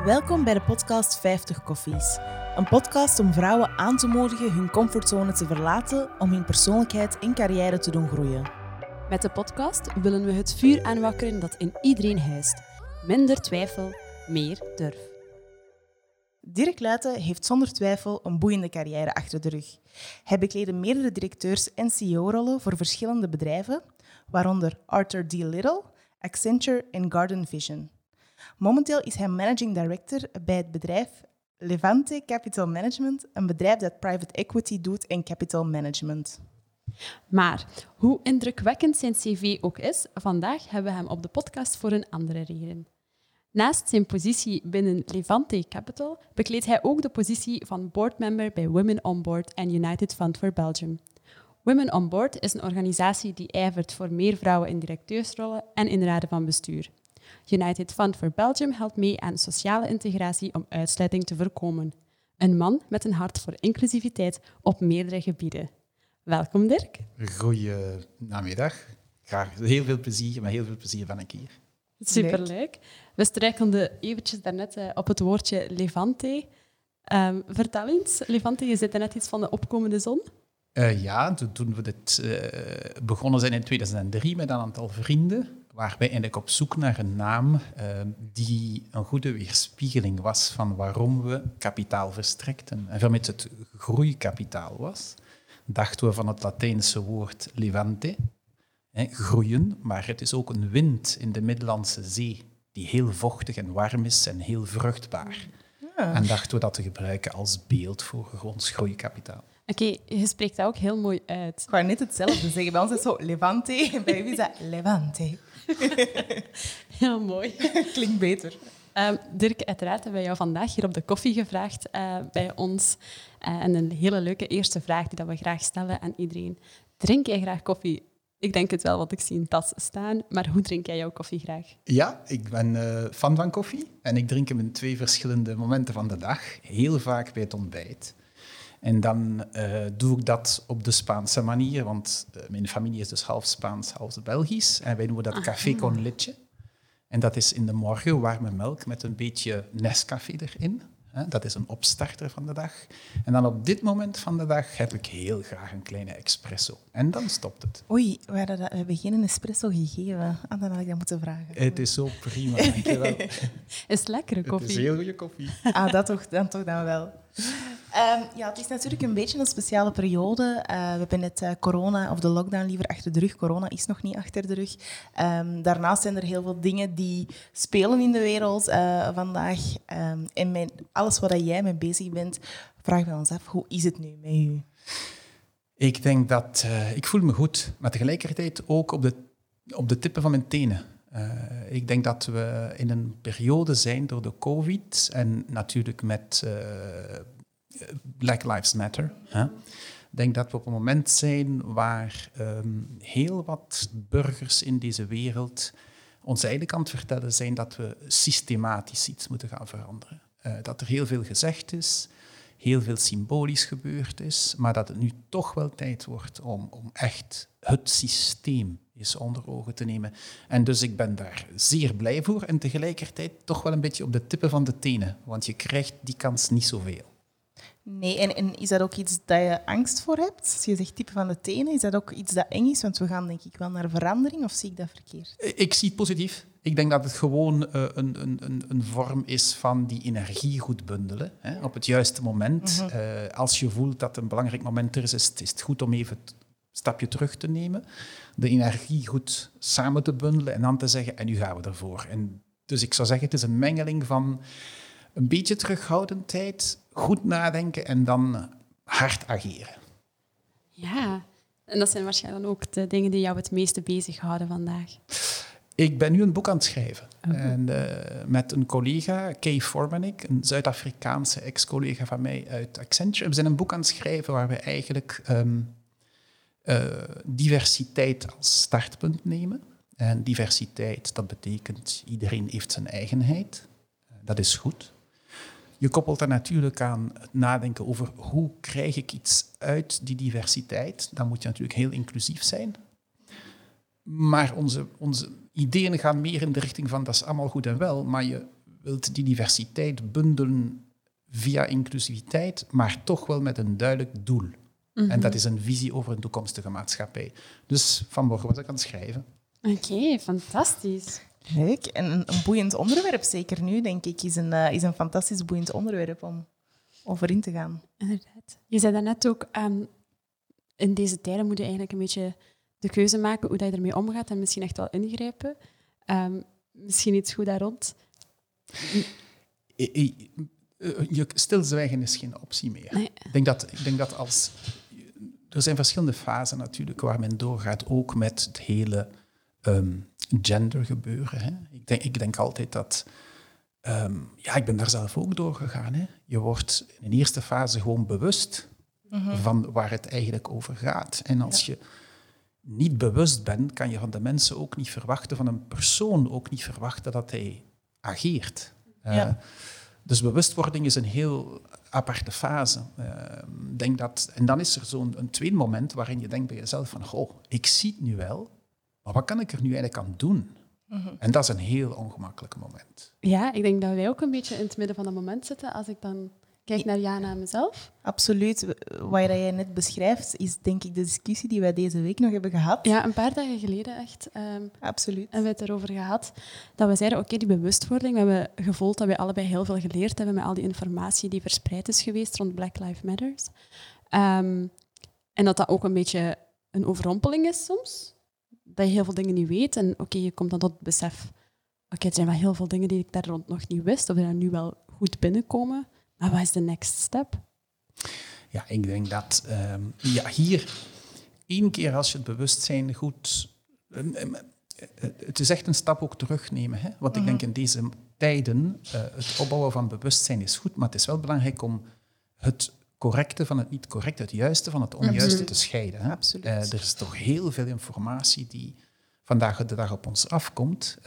Welkom bij de podcast 50 Koffies. Een podcast om vrouwen aan te moedigen hun comfortzone te verlaten om hun persoonlijkheid en carrière te doen groeien. Met de podcast willen we het vuur aanwakkeren dat in iedereen huist. Minder twijfel, meer durf. Dirk Luijten heeft zonder twijfel een boeiende carrière achter de rug. Hij bekleedde meerdere directeurs- en CEO-rollen voor verschillende bedrijven, waaronder Arthur D. Little, Accenture en Garden Vision. Momenteel is hij managing director bij het bedrijf Levante Capital Management, een bedrijf dat private equity doet en capital management. Maar hoe indrukwekkend zijn cv ook is, vandaag hebben we hem op de podcast voor een andere reden. Naast zijn positie binnen Levante Capital bekleedt hij ook de positie van boardmember bij Women on Board en United Fund for Belgium. Women on Board is een organisatie die ijvert voor meer vrouwen in directeursrollen en in raden van bestuur. United Fund for Belgium helpt mee aan sociale integratie om uitsluiting te voorkomen. Een man met een hart voor inclusiviteit op meerdere gebieden. Welkom, Dirk. Goedemiddag. Graag. Heel veel plezier, met heel veel plezier ben ik hier. Superleuk. We struikelden eventjes daarnet op het woordje Levante. Vertel eens, Levante, je zei net iets van de opkomende zon. Toen we dit begonnen zijn in 2003 met een aantal vrienden, waren wij eigenlijk op zoek naar een naam die een goede weerspiegeling was van waarom we kapitaal verstrekten. En vermits het groeikapitaal was, dachten we van het Latijnse woord levante, groeien, maar het is ook een wind in de Middellandse Zee die heel vochtig en warm is en heel vruchtbaar. Ja. En dachten we dat te gebruiken als beeld voor ons groeikapitaal. Oké, je spreekt dat ook heel mooi uit. Ik wou net hetzelfde zeggen. Bij ons is het zo Levante en bij u is dat Levante. Heel mooi. Klinkt beter. Dirk, uiteraard hebben wij jou vandaag hier op de koffie gevraagd bij ons. En een hele leuke eerste vraag die we graag stellen aan iedereen. Drink jij graag koffie? Ik denk het wel, want ik zie een tas staan. Maar hoe drink jij jouw koffie graag? Ja, ik ben fan van koffie. En ik drink hem in 2 verschillende momenten van de dag. Heel vaak bij het ontbijt. En dan doe ik dat op de Spaanse manier, want mijn familie is dus half Spaans, half Belgisch. En wij noemen dat café con leche. En dat is in de morgen warme melk met een beetje Nescafé erin. Dat is een opstarter van de dag. En dan op dit moment van de dag heb ik heel graag een kleine espresso. En dan stopt het. Oei, we hebben geen espresso gegeven. Dan had ik dat moeten vragen. Het is zo prima, dankjewel. Is het lekkere koffie? Het is heel goede koffie. Dat toch dan wel. Het is natuurlijk een beetje een speciale periode. We hebben net corona, of de lockdown liever, achter de rug. Corona is nog niet achter de rug. Daarnaast zijn er heel veel dingen die spelen in de wereld vandaag. En met alles waar jij mee bezig bent, vragen we ons af, hoe is het nu met u? Ik denk dat... ik voel me goed, maar tegelijkertijd ook op de tippen van mijn tenen. Ik denk dat we in een periode zijn door de COVID en natuurlijk met Black Lives Matter. Ik denk dat we op een moment zijn waar heel wat burgers in deze wereld ons eigenlijk aan het vertellen zijn dat we systematisch iets moeten gaan veranderen. Dat er heel veel gezegd is, heel veel symbolisch gebeurd is, maar dat het nu toch wel tijd wordt om echt het systeem eens onder ogen te nemen. En dus ik ben daar zeer blij voor en tegelijkertijd toch wel een beetje op de tippen van de tenen, want je krijgt die kans niet zoveel. Nee, en is dat ook iets dat je angst voor hebt? Als je zegt tippen van de tenen, is dat ook iets dat eng is? Want we gaan denk ik wel naar verandering, of zie ik dat verkeerd? Ik zie het positief. Ik denk dat het gewoon een vorm is van die energie goed bundelen. Op het juiste moment. Mm-hmm. Als je voelt dat een belangrijk moment er is het goed om even een stapje terug te nemen. De energie goed samen te bundelen en dan te zeggen, en nu gaan we ervoor. En dus ik zou zeggen, het is een mengeling van een beetje terughoudendheid, goed nadenken en dan hard ageren. Ja, en dat zijn waarschijnlijk ook de dingen die jou het meeste bezighouden vandaag. Ik ben nu een boek aan het schrijven. En, met een collega, Kay Formanek, een Zuid-Afrikaanse ex-collega van mij uit Accenture. We zijn een boek aan het schrijven waar we eigenlijk diversiteit als startpunt nemen. En diversiteit, dat betekent iedereen heeft zijn eigenheid. Dat is goed. Je koppelt daar natuurlijk aan het nadenken over hoe krijg ik iets uit die diversiteit. Dan moet je natuurlijk heel inclusief zijn. Maar onze ideeën gaan meer in de richting van dat is allemaal goed en wel, maar je wilt die diversiteit bundelen via inclusiviteit, maar toch wel met een duidelijk doel. En dat is een visie over een toekomstige maatschappij. Dus vanmorgen was ik aan het schrijven. Oké, fantastisch. Leuk. En een boeiend onderwerp, zeker nu, denk ik, is een fantastisch boeiend onderwerp om over in te gaan. Inderdaad. Je zei daarnet ook, in deze tijden moet je eigenlijk een beetje de keuze maken hoe dat je ermee omgaat en misschien echt wel ingrijpen. Misschien iets goed daar rond. Stilzwijgen is geen optie meer. Nee. Ik denk dat als... Er zijn verschillende fasen natuurlijk waar men doorgaat, ook met het hele gendergebeuren. Hè. Ik denk altijd dat... ik ben daar zelf ook doorgegaan. Hè. Je wordt in een eerste fase gewoon bewust van waar het eigenlijk over gaat. En als je niet bewust bent, kan je van de mensen ook niet verwachten, van een persoon ook niet verwachten dat hij ageert. Dus bewustwording is een heel aparte fase. Denk dat, en dan is er zo'n tweede moment waarin je denkt bij jezelf van, ik zie het nu wel, maar wat kan ik er nu eigenlijk aan doen? En dat is een heel ongemakkelijk moment. Ja, ik denk dat wij ook een beetje in het midden van dat moment zitten. Als ik dan kijk naar Jana en mezelf. Absoluut. Wat jij net beschrijft, is denk ik de discussie die wij deze week nog hebben gehad. Ja, een paar dagen geleden echt. Absoluut. En we het erover gehad. Dat we zeiden, oké, die bewustwording. We hebben gevoeld dat wij allebei heel veel geleerd hebben met al die informatie die verspreid is geweest rond Black Lives Matters. En dat ook een beetje een overrompeling is soms. Dat je heel veel dingen niet weet. En je komt dan tot het besef... er zijn wel heel veel dingen die ik daar rond nog niet wist. Of die daar nu wel goed binnenkomen. Maar wat is de next step? Ja, ik denk dat hier één keer als je het bewustzijn goed... het is echt een stap ook terugnemen. Hè? Want ik denk in deze tijden, het opbouwen van bewustzijn is goed, maar het is wel belangrijk om het correcte van het niet correcte, het juiste van het onjuiste te scheiden. Hè? Absoluut. Er is toch heel veel informatie die vandaag de dag op ons afkomt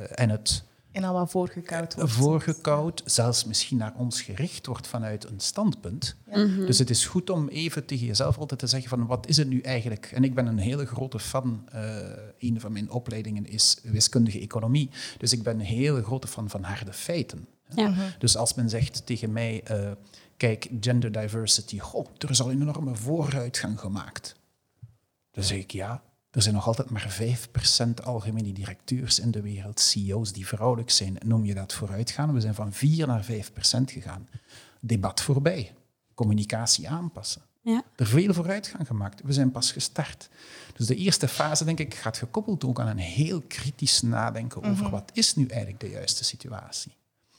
En al wat voorgekoud wordt. Voorgekoud, zelfs misschien naar ons gericht wordt vanuit een standpunt. Ja. Dus het is goed om even tegen jezelf altijd te zeggen van wat is het nu eigenlijk? En ik ben een hele grote fan, een van mijn opleidingen is wiskundige economie, dus ik ben een hele grote fan van harde feiten. Ja. Dus als men zegt tegen mij, kijk, gender diversity, er is al een enorme vooruitgang gemaakt. Dan zeg ik ja. Er zijn nog altijd maar 5% algemene directeurs in de wereld, CEO's die vrouwelijk zijn. Noem je dat vooruitgaan? We zijn van 4 naar 5% gegaan. Debat voorbij. Communicatie aanpassen. Ja. Er veel vooruitgang gemaakt. We zijn pas gestart. Dus de eerste fase, denk ik, gaat gekoppeld ook aan een heel kritisch nadenken over wat is nu eigenlijk de juiste situatie.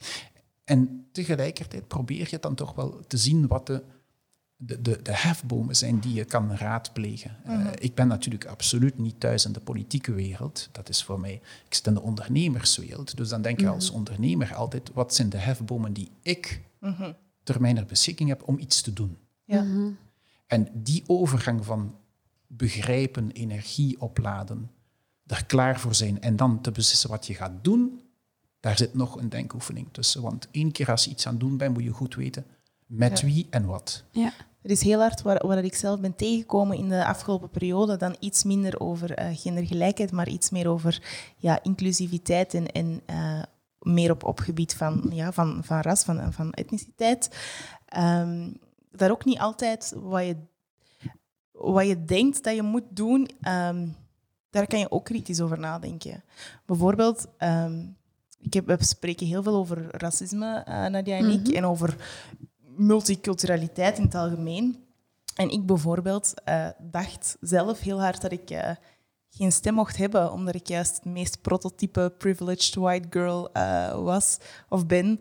En tegelijkertijd probeer je dan toch wel te zien wat de hefbomen zijn die je kan raadplegen. Ik ben natuurlijk absoluut niet thuis in de politieke wereld. Dat is voor mij... Ik zit in de ondernemerswereld. Dus dan denk je als ondernemer altijd... Wat zijn de hefbomen die ik ter mijner beschikking heb om iets te doen? Ja. En die overgang van begrijpen, energie opladen, er klaar voor zijn en dan te beslissen wat je gaat doen, daar zit nog een denkoefening tussen. Want één keer als je iets aan het doen bent, moet je goed weten met wie en wat. Ja. Er is heel hard waar ik zelf ben tegengekomen in de afgelopen periode, dan iets minder over gendergelijkheid, maar iets meer over inclusiviteit en meer op gebied van ras, van etniciteit. Daar ook niet altijd wat je denkt dat je moet doen, daar kan je ook kritisch over nadenken. Bijvoorbeeld, we spreken heel veel over racisme, Nadia en ik, en over multiculturaliteit in het algemeen. En ik bijvoorbeeld dacht zelf heel hard dat ik geen stem mocht hebben, omdat ik juist het meest prototype privileged white girl was of ben.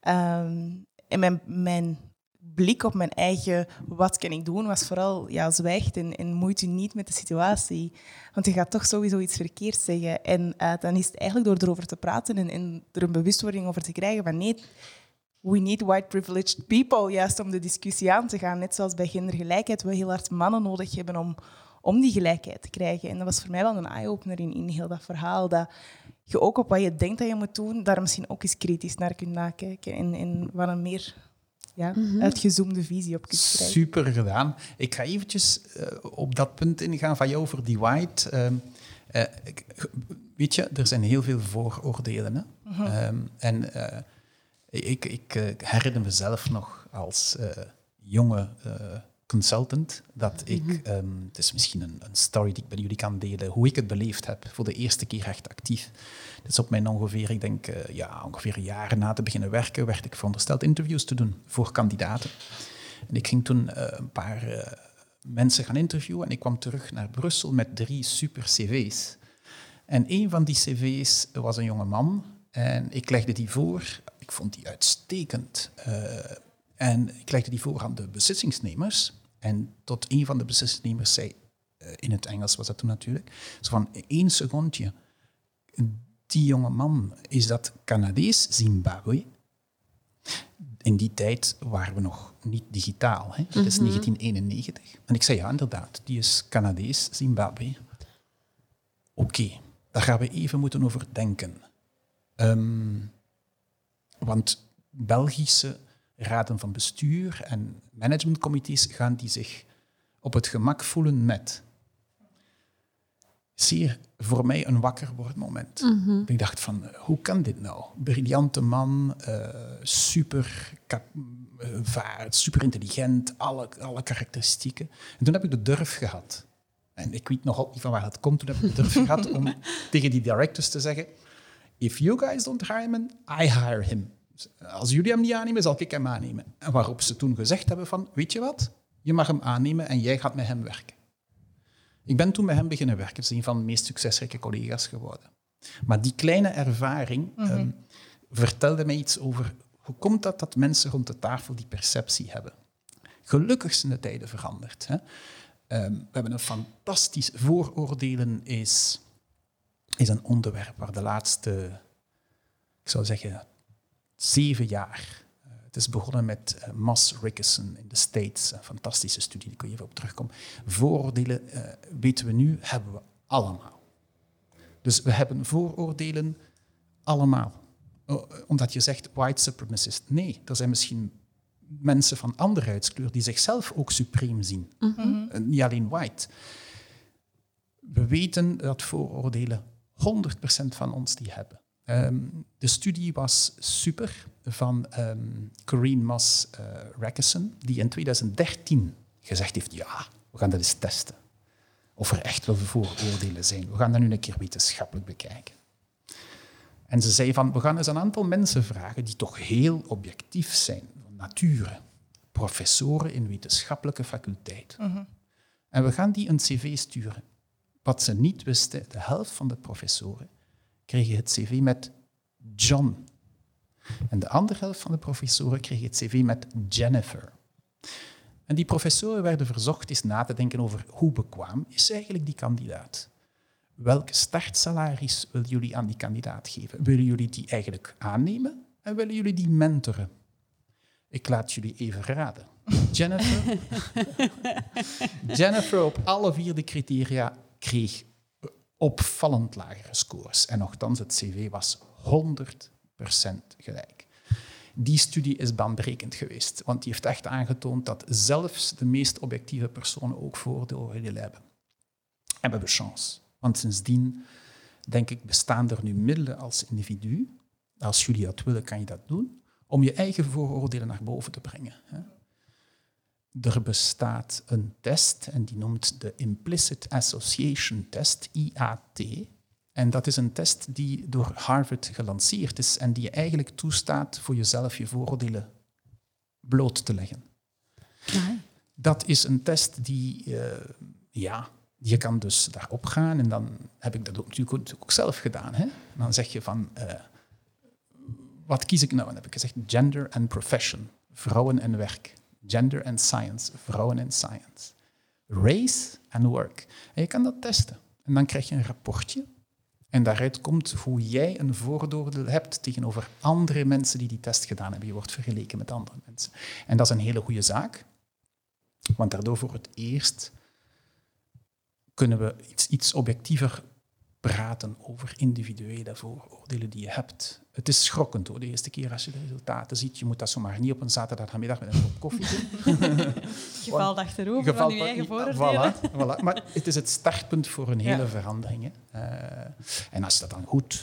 En mijn blik op mijn eigen wat kan ik doen was vooral zwijgt en moeit u niet met de situatie. Want je gaat toch sowieso iets verkeerd zeggen. En dan is het eigenlijk door erover te praten en er een bewustwording over te krijgen van nee, we need white privileged people, juist om de discussie aan te gaan. Net zoals bij gendergelijkheid we heel hard mannen nodig hebben om die gelijkheid te krijgen. En dat was voor mij wel een eye-opener in heel dat verhaal, dat je ook op wat je denkt dat je moet doen, daar misschien ook eens kritisch naar kunt nakijken en wat een meer uitgezoomde visie op kunt krijgen. Super gedaan. Ik ga eventjes op dat punt ingaan van jou over die white. Weet je, er zijn heel veel vooroordelen. Hè? Ik herinner mezelf nog als jonge consultant dat ik... het is misschien een story die ik bij jullie kan delen, hoe ik het beleefd heb voor de eerste keer echt actief. Dus op mijn ongeveer, ik denk, ongeveer een jaar na te beginnen werken, werd ik verondersteld interviews te doen voor kandidaten. En ik ging toen een paar mensen gaan interviewen en ik kwam terug naar Brussel met 3 super cv's. En een van die cv's was een jonge man en ik legde die voor. Ik vond die uitstekend. En ik legde die voor aan de beslissingsnemers. En tot een van de beslissingsnemers zei, in het Engels was dat toen natuurlijk, zo van 1 secondje, die jonge man, is dat Canadees Zimbabwe? In die tijd waren we nog niet digitaal. Hè? Dat is 1991. En ik zei, ja, inderdaad, die is Canadees Zimbabwe. Oké, daar gaan we even moeten over denken. Want Belgische raden van bestuur en managementcomité's gaan die zich op het gemak voelen met... Zeer voor mij een wakker wordmoment. Ik dacht van, hoe kan dit nou? Briljante man, super intelligent, alle karakteristieken. En toen heb ik de durf gehad. En ik weet nog niet van waar het komt. Toen heb ik de durf gehad om tegen die directors te zeggen, if you guys don't hire him, I hire him. Als jullie hem niet aannemen, zal ik hem aannemen. En waarop ze toen gezegd hebben van, weet je wat? Je mag hem aannemen en jij gaat met hem werken. Ik ben toen met hem beginnen werken. Dat is een van de meest succesrijke collega's geworden. Maar die kleine ervaring vertelde mij iets over hoe komt dat mensen rond de tafel die perceptie hebben. Gelukkig zijn de tijden veranderd. Hè. We hebben een fantastisch... Vooroordelen is een onderwerp waar de laatste, ik zou zeggen, 7 jaar... Het is begonnen met Moss Rickerson in de States, een fantastische studie, die ik even op terugkom. Vooroordelen, weten we nu, hebben we allemaal. Dus we hebben vooroordelen allemaal. Omdat je zegt white supremacist. Nee, er zijn misschien mensen van andere huidskleur die zichzelf ook supreme zien. Niet alleen white. We weten dat vooroordelen 100% van ons die hebben. De studie was super van Corinne Moss Rickerson, die in 2013 gezegd heeft, ja, we gaan dat eens testen. Of er echt wel vooroordelen zijn. We gaan dat nu een keer wetenschappelijk bekijken. En ze zei van, we gaan eens een aantal mensen vragen die toch heel objectief zijn, van nature, professoren in wetenschappelijke faculteit. En we gaan die een cv sturen. Wat ze niet wisten, de helft van de professoren kregen het cv met John. En de andere helft van de professoren kregen het cv met Jennifer. En die professoren werden verzocht eens na te denken over hoe bekwaam is eigenlijk die kandidaat. Welk startsalaris willen jullie aan die kandidaat geven? Willen jullie die eigenlijk aannemen en willen jullie die mentoren? Ik laat jullie even raden. Jennifer op alle 4 de criteria kreeg opvallend lagere scores. En nochtans, het cv was 100% gelijk. Die studie is baanbrekend geweest, want die heeft echt aangetoond dat zelfs de meest objectieve personen ook vooroordelen hebben. En we hebben chance. Want sindsdien, denk ik, bestaan er nu middelen als individu. Als jullie dat willen, kan je dat doen, om je eigen vooroordelen naar boven te brengen. Er bestaat een test en die noemt de Implicit Association Test, IAT. En dat is een test die door Harvard gelanceerd is en die je eigenlijk toestaat voor jezelf je vooroordelen bloot te leggen. Ja. Dat is een test die, je kan dus daarop gaan en dan heb ik dat natuurlijk ook zelf gedaan. Hè? En dan zeg je van, wat kies ik nou? En dan heb ik gezegd gender and profession, vrouwen en werk. Gender and science, vrouwen en science. Race and work. En je kan dat testen. En dan krijg je een rapportje. En daaruit komt hoe jij een vooroordeel hebt tegenover andere mensen die test gedaan hebben. Je wordt vergeleken met andere mensen. En dat is een hele goede zaak. Want daardoor voor het eerst kunnen we iets objectiever praten over individuele vooroordelen die je hebt. Het is schokkend hoor, de eerste keer als je de resultaten ziet. Je moet dat zomaar niet op een zaterdagmiddag met een kop koffie doen. Je valt achterover van je eigen vooroordelen. Voilà. Maar het is het startpunt voor een hele verandering. En als je dat dan goed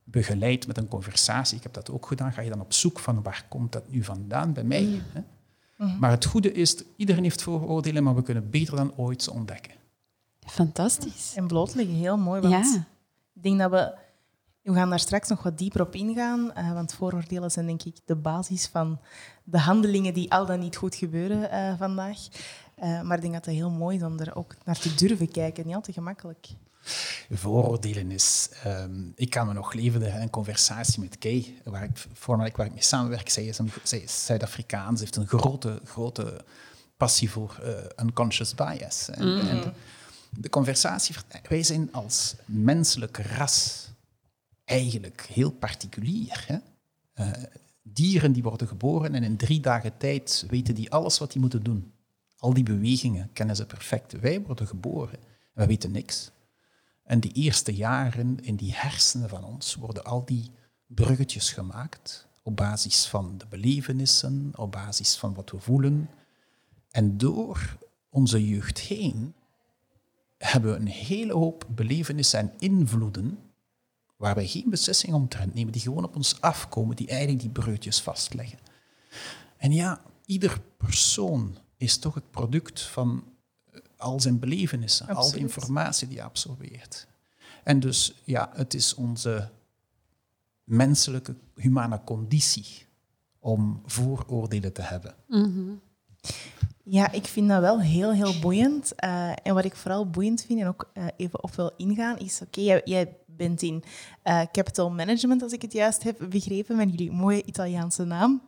begeleidt met een conversatie, ik heb dat ook gedaan, ga je dan op zoek van waar komt dat nu vandaan bij mij. Hè? Maar het goede is, iedereen heeft vooroordelen, maar we kunnen beter dan ooit ze ontdekken. Fantastisch. En blootleggen, heel mooi. Want ik denk dat we gaan daar straks nog wat dieper op ingaan, want vooroordelen zijn denk ik de basis van de handelingen die al dan niet goed gebeuren vandaag. Maar ik denk dat het heel mooi is om er ook naar te durven kijken. Niet altijd gemakkelijk. Vooroordelen is... ik kan me nog leven een conversatie met Kay, waar ik mee samenwerk. Zij is Zuid-Afrikaans, heeft een grote passie voor unconscious bias. En de conversatie... Wij zijn als menselijk ras eigenlijk heel particulier. Hè? Dieren die worden geboren en in 3 dagen tijd weten die alles wat die moeten doen. Al die bewegingen kennen ze perfect. Wij worden geboren en wij weten niks. En die eerste jaren in die hersenen van ons worden al die bruggetjes gemaakt op basis van de belevenissen, op basis van wat we voelen. En door onze jeugd heen hebben we een hele hoop belevenissen en invloeden waar wij geen beslissing omtrent nemen, die gewoon op ons afkomen, die eigenlijk die bruggetjes vastleggen. En ja, ieder persoon is toch het product van al zijn belevenissen, Absoluut. al de informatie die hij absorbeert. En dus, ja, het is onze menselijke, humane conditie om vooroordelen te hebben. Ja, ik vind dat wel heel boeiend. En wat ik vooral boeiend vind, en ook even op wil ingaan, is... Oké, jij bent in capital management, als ik het juist heb begrepen, met jullie mooie Italiaanse naam.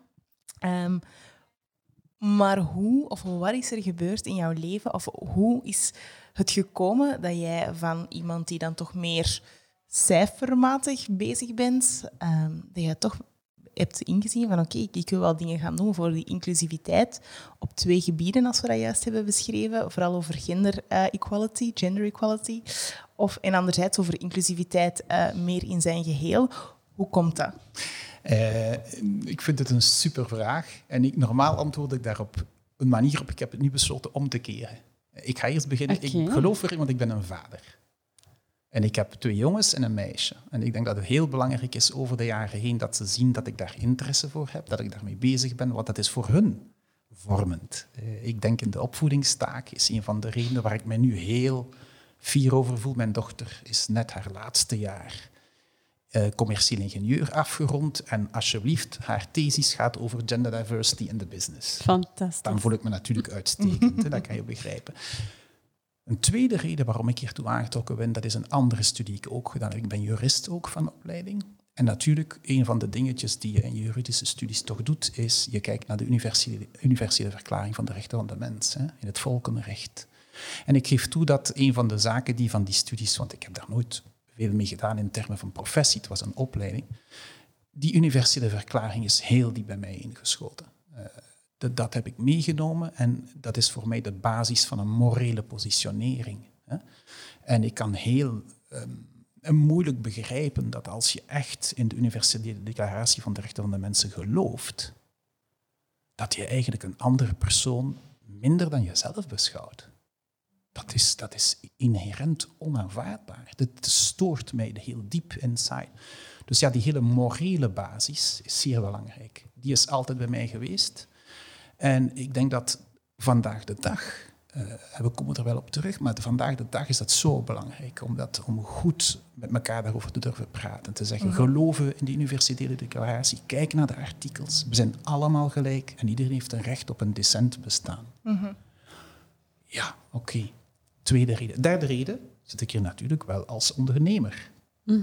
Maar hoe of wat is er gebeurd in jouw leven? Of hoe is het gekomen dat jij van iemand die dan toch meer cijfermatig bezig bent, dat je toch hebt ingezien van oké, ik wil wel dingen gaan doen voor die inclusiviteit op 2 gebieden, als we dat juist hebben beschreven. Vooral over gender equality. En anderzijds over inclusiviteit meer in zijn geheel. Hoe komt dat? Ik vind het een super vraag. En normaal antwoord ik daarop een manier op. Ik heb het nu besloten om te keren. Ik ga eerst beginnen. Okay. Ik geloof erin, want ik ben een vader. En ik heb 2 jongens en een meisje. En ik denk dat het heel belangrijk is over de jaren heen dat ze zien dat ik daar interesse voor heb, dat ik daarmee bezig ben, want dat is voor hun vormend. Ik denk in de opvoedingstaak is een van de redenen waar ik mij nu heel fier over voel. Mijn dochter is net haar laatste jaar commercieel ingenieur afgerond en alsjeblieft, haar thesis gaat over gender diversity in the business. Fantastisch. Dan voel ik me natuurlijk uitstekend, dat kan je begrijpen. Een tweede reden waarom ik hiertoe aangetrokken ben, dat is een andere studie die ik ook gedaan heb. Ik ben jurist ook van opleiding. En natuurlijk, een van de dingetjes die je in je juridische studies toch doet, is je kijkt naar de universele verklaring van de rechten van de mens, hè, in het volkenrecht. En ik geef toe dat een van de zaken die van die studies, want ik heb daar nooit veel mee gedaan in termen van professie, het was een opleiding, die universele verklaring is heel diep bij mij ingeschoten. Dat heb ik meegenomen en dat is voor mij de basis van een morele positionering. Hè. En ik kan heel moeilijk begrijpen dat als je echt in de universele declaratie van de rechten van de mensen gelooft, dat je eigenlijk een andere persoon minder dan jezelf beschouwt. Dat is inherent onaanvaardbaar. Dat stoort mij heel diep inside. Dus ja, die hele morele basis is zeer belangrijk. Die is altijd bij mij geweest. En ik denk dat vandaag de dag, we komen er wel op terug, maar vandaag de dag is dat zo belangrijk om goed met elkaar daarover te durven praten. Te zeggen, geloven in die universele declaratie, kijk naar de artikels. We zijn allemaal gelijk en iedereen heeft een recht op een decent bestaan. Ja, oké. Tweede reden. Derde reden zit ik hier natuurlijk wel als ondernemer.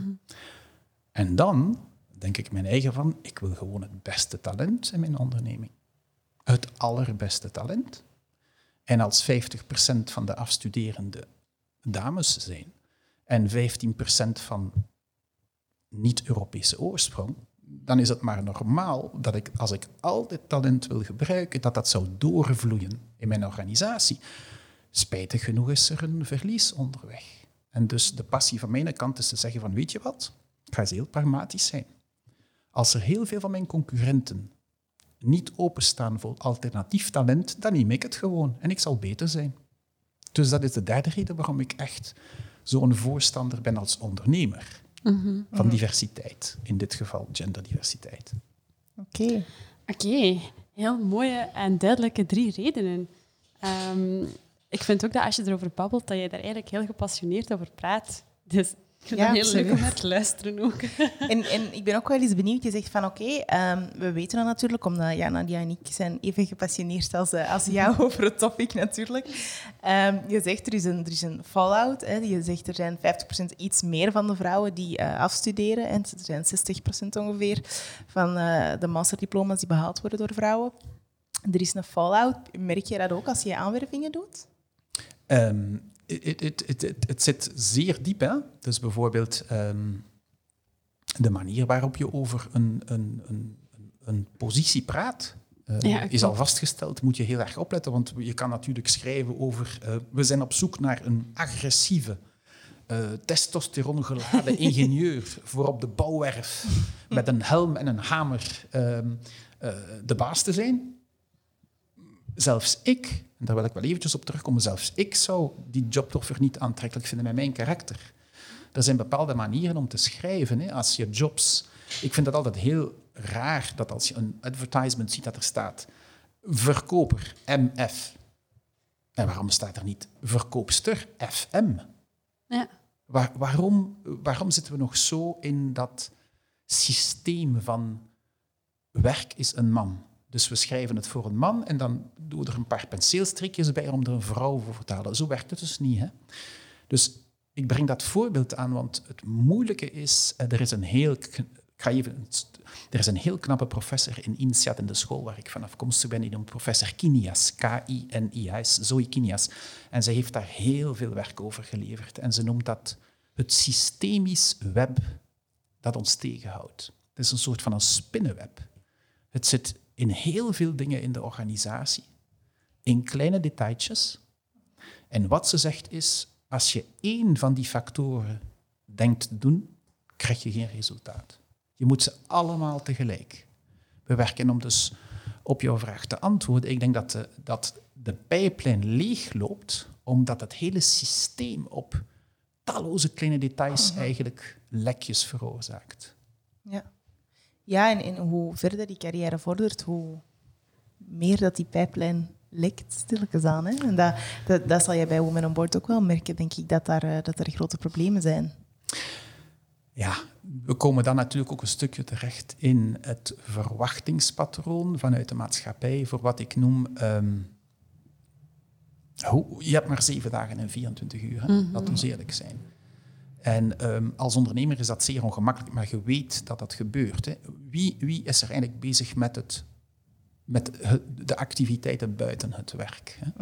En dan denk ik mijn eigen van, ik wil gewoon het beste talent in mijn onderneming. Het allerbeste talent. En als 50% van de afstuderende dames zijn en 15% van niet-Europese oorsprong, dan is het maar normaal dat als ik al dit talent wil gebruiken, dat zou doorvloeien in mijn organisatie. Spijtig genoeg is er een verlies onderweg. En dus de passie van mijn kant is te zeggen van, weet je wat, ik ga eens heel pragmatisch zijn. Als er heel veel van mijn concurrenten niet openstaan voor alternatief talent, dan neem ik het gewoon en ik zal beter zijn. Dus dat is de derde reden waarom ik echt zo'n voorstander ben als ondernemer. van diversiteit. In dit geval genderdiversiteit. Oké. Oké, heel mooie en duidelijke 3 redenen. Ik vind ook dat als je erover babbelt, dat je daar eigenlijk heel gepassioneerd over praat. Dus ik vind het heel leuk om naar te luisteren ook. En ik ben ook wel eens benieuwd. Je zegt van oké, we weten dat natuurlijk, omdat Nadia en ik zijn even gepassioneerd als jou over het topic natuurlijk. Je zegt er is een fallout. Hè. Je zegt er zijn 50% iets meer van de vrouwen die afstuderen. En er zijn 60% ongeveer van de masterdiploma's die behaald worden door vrouwen. Er is een fallout. Merk je dat ook als je aanwervingen doet? Het zit zeer diep. Hè? Dus bijvoorbeeld de manier waarop je over een positie praat, is al vastgesteld. Moet je heel erg opletten, want je kan natuurlijk schrijven over... we zijn op zoek naar een agressieve, testosteron geladen ingenieur voor op de bouwwerf met een helm en een hamer de baas te zijn. Zelfs ik, en daar wil ik wel eventjes op terugkomen, zelfs ik zou die job toch niet aantrekkelijk vinden met mijn karakter. Er zijn bepaalde manieren om te schrijven. Hè. Als je jobs... Ik vind dat altijd heel raar dat als je een advertisement ziet dat er staat verkoper, MF. En waarom staat er niet verkoopster, FM? Ja. Waarom zitten we nog zo in dat systeem van werk is een man? Dus we schrijven het voor een man en dan doen we er een paar penseelstrikjes bij om er een vrouw voor te halen. Zo werkt het dus niet. Hè? Dus ik breng dat voorbeeld aan, want het moeilijke is... Er is een heel knappe professor in INSEAD, in de school waar ik van afkomstig ben, die noemt professor Kinias, K-I-N-I-A-S, Zoe Kinias. En zij heeft daar heel veel werk over geleverd. En ze noemt dat het systemisch web dat ons tegenhoudt. Het is een soort van een spinnenweb. Het zit in heel veel dingen in de organisatie, in kleine detailtjes. En wat ze zegt is, als je 1 van die factoren denkt te doen, krijg je geen resultaat. Je moet ze allemaal tegelijk bewerken. Om dus op jouw vraag te antwoorden, ik denk dat de pijplijn leegloopt, omdat het hele systeem op talloze kleine details eigenlijk lekjes veroorzaakt. Ja. Ja, en hoe verder die carrière vordert, hoe meer dat die pijplijn lekt, stilletjes aan. Hè? En dat zal je bij Women on Board ook wel merken, denk ik, dat er grote problemen zijn. Ja, we komen dan natuurlijk ook een stukje terecht in het verwachtingspatroon vanuit de maatschappij voor wat ik noem... je hebt maar 7 dagen en 24 uur, hè? Laat ons eerlijk zijn. En als ondernemer is dat zeer ongemakkelijk, maar je weet dat dat gebeurt. Hè. Wie is er eigenlijk bezig met de activiteiten buiten het werk? Hè?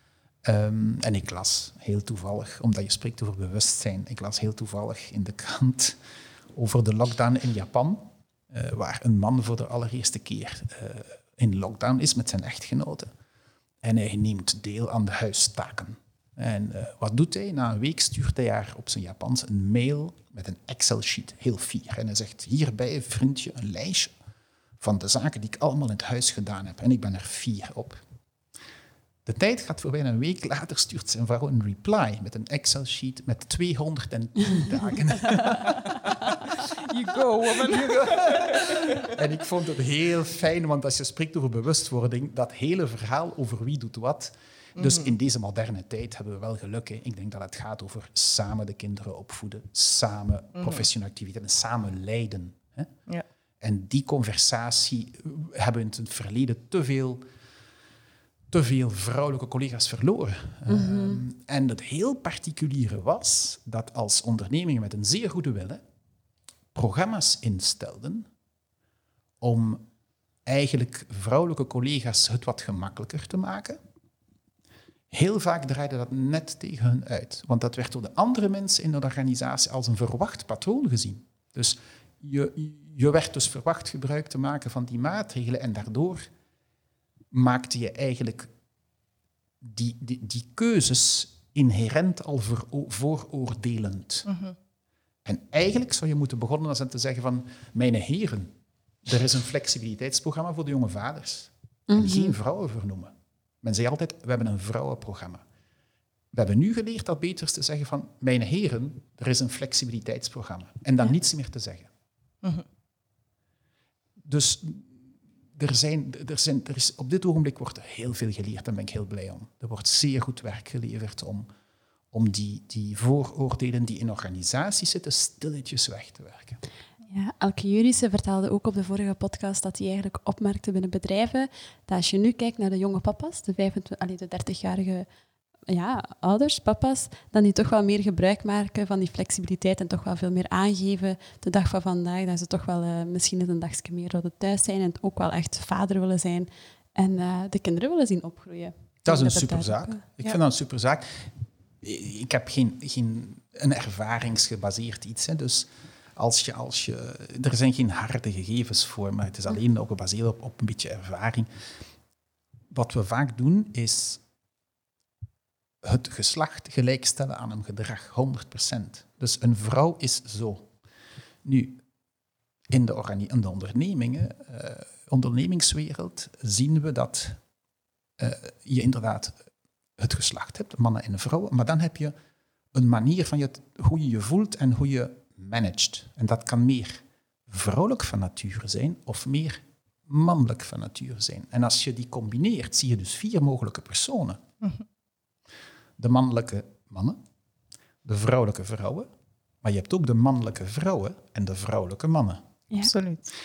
En ik las heel toevallig, omdat je spreekt over bewustzijn, ik las heel toevallig in de krant over de lockdown in Japan, waar een man voor de allereerste keer in lockdown is met zijn echtgenote. En hij neemt deel aan de huistaken. En wat doet hij? Na een week stuurt hij haar op zijn Japans een mail met een Excel-sheet, heel fier. En hij zegt, hierbij vind je een lijstje van de zaken die ik allemaal in het huis gedaan heb. En ik ben er fier op. De tijd gaat voorbij en een week later stuurt zijn vrouw een reply met een Excel-sheet met 210 dagen. You go, woman. En ik vond het heel fijn, want als je spreekt over bewustwording, dat hele verhaal over wie doet wat... Dus in deze moderne tijd hebben we wel geluk. Hè. Ik denk dat het gaat over samen de kinderen opvoeden, samen professionele activiteiten, samen leiden. Hè. Ja. En die conversatie hebben we in het verleden te veel vrouwelijke collega's verloren. En het heel particuliere was dat als ondernemingen met een zeer goede wil programma's instelden om eigenlijk vrouwelijke collega's het wat gemakkelijker te maken. Heel vaak draaide dat net tegen hun uit. Want dat werd door de andere mensen in de organisatie als een verwacht patroon gezien. Dus je werd dus verwacht gebruik te maken van die maatregelen en daardoor maakte je eigenlijk die keuzes inherent al vooroordelend. En eigenlijk zou je moeten begonnen als te zeggen van, mijn heren, er is een flexibiliteitsprogramma voor de jonge vaders. En geen vrouwen vernoemen. Men zei altijd, we hebben een vrouwenprogramma. We hebben nu geleerd dat beter is te zeggen van, mijn heren, er is een flexibiliteitsprogramma. En dan niets meer te zeggen. Dus er is, op dit ogenblik wordt er heel veel geleerd, daar ben ik heel blij om. Er wordt zeer goed werk geleverd om die vooroordelen die in organisaties zitten stilletjes weg te werken. Ja, Elke Jurissen vertelde ook op de vorige podcast dat hij eigenlijk opmerkte binnen bedrijven dat als je nu kijkt naar de jonge papa's, de 30-jarige ouders, papa's, dan die toch wel meer gebruik maken van die flexibiliteit en toch wel veel meer aangeven de dag van vandaag, dat ze toch wel misschien eens een dagje meer willen thuis zijn en ook wel echt vader willen zijn en de kinderen willen zien opgroeien. Dat is een superzaak. Ik vind dat een superzaak. Ik heb geen een ervaringsgebaseerd iets. Hè. Dus er zijn geen harde gegevens voor, maar het is alleen ook gebaseerd op een beetje ervaring. Wat we vaak doen, is het geslacht gelijkstellen aan een gedrag, 100%. Dus een vrouw is zo. Nu, in de ondernemingswereld zien we dat je inderdaad het geslacht hebt, mannen en vrouwen, maar dan heb je een manier van hoe je je voelt en hoe je managt. En dat kan meer vrouwelijk van nature zijn of meer mannelijk van nature zijn. En als je die combineert, zie je dus 4 mogelijke personen. De mannelijke mannen, de vrouwelijke vrouwen, maar je hebt ook de mannelijke vrouwen en de vrouwelijke mannen. Ja. Absoluut.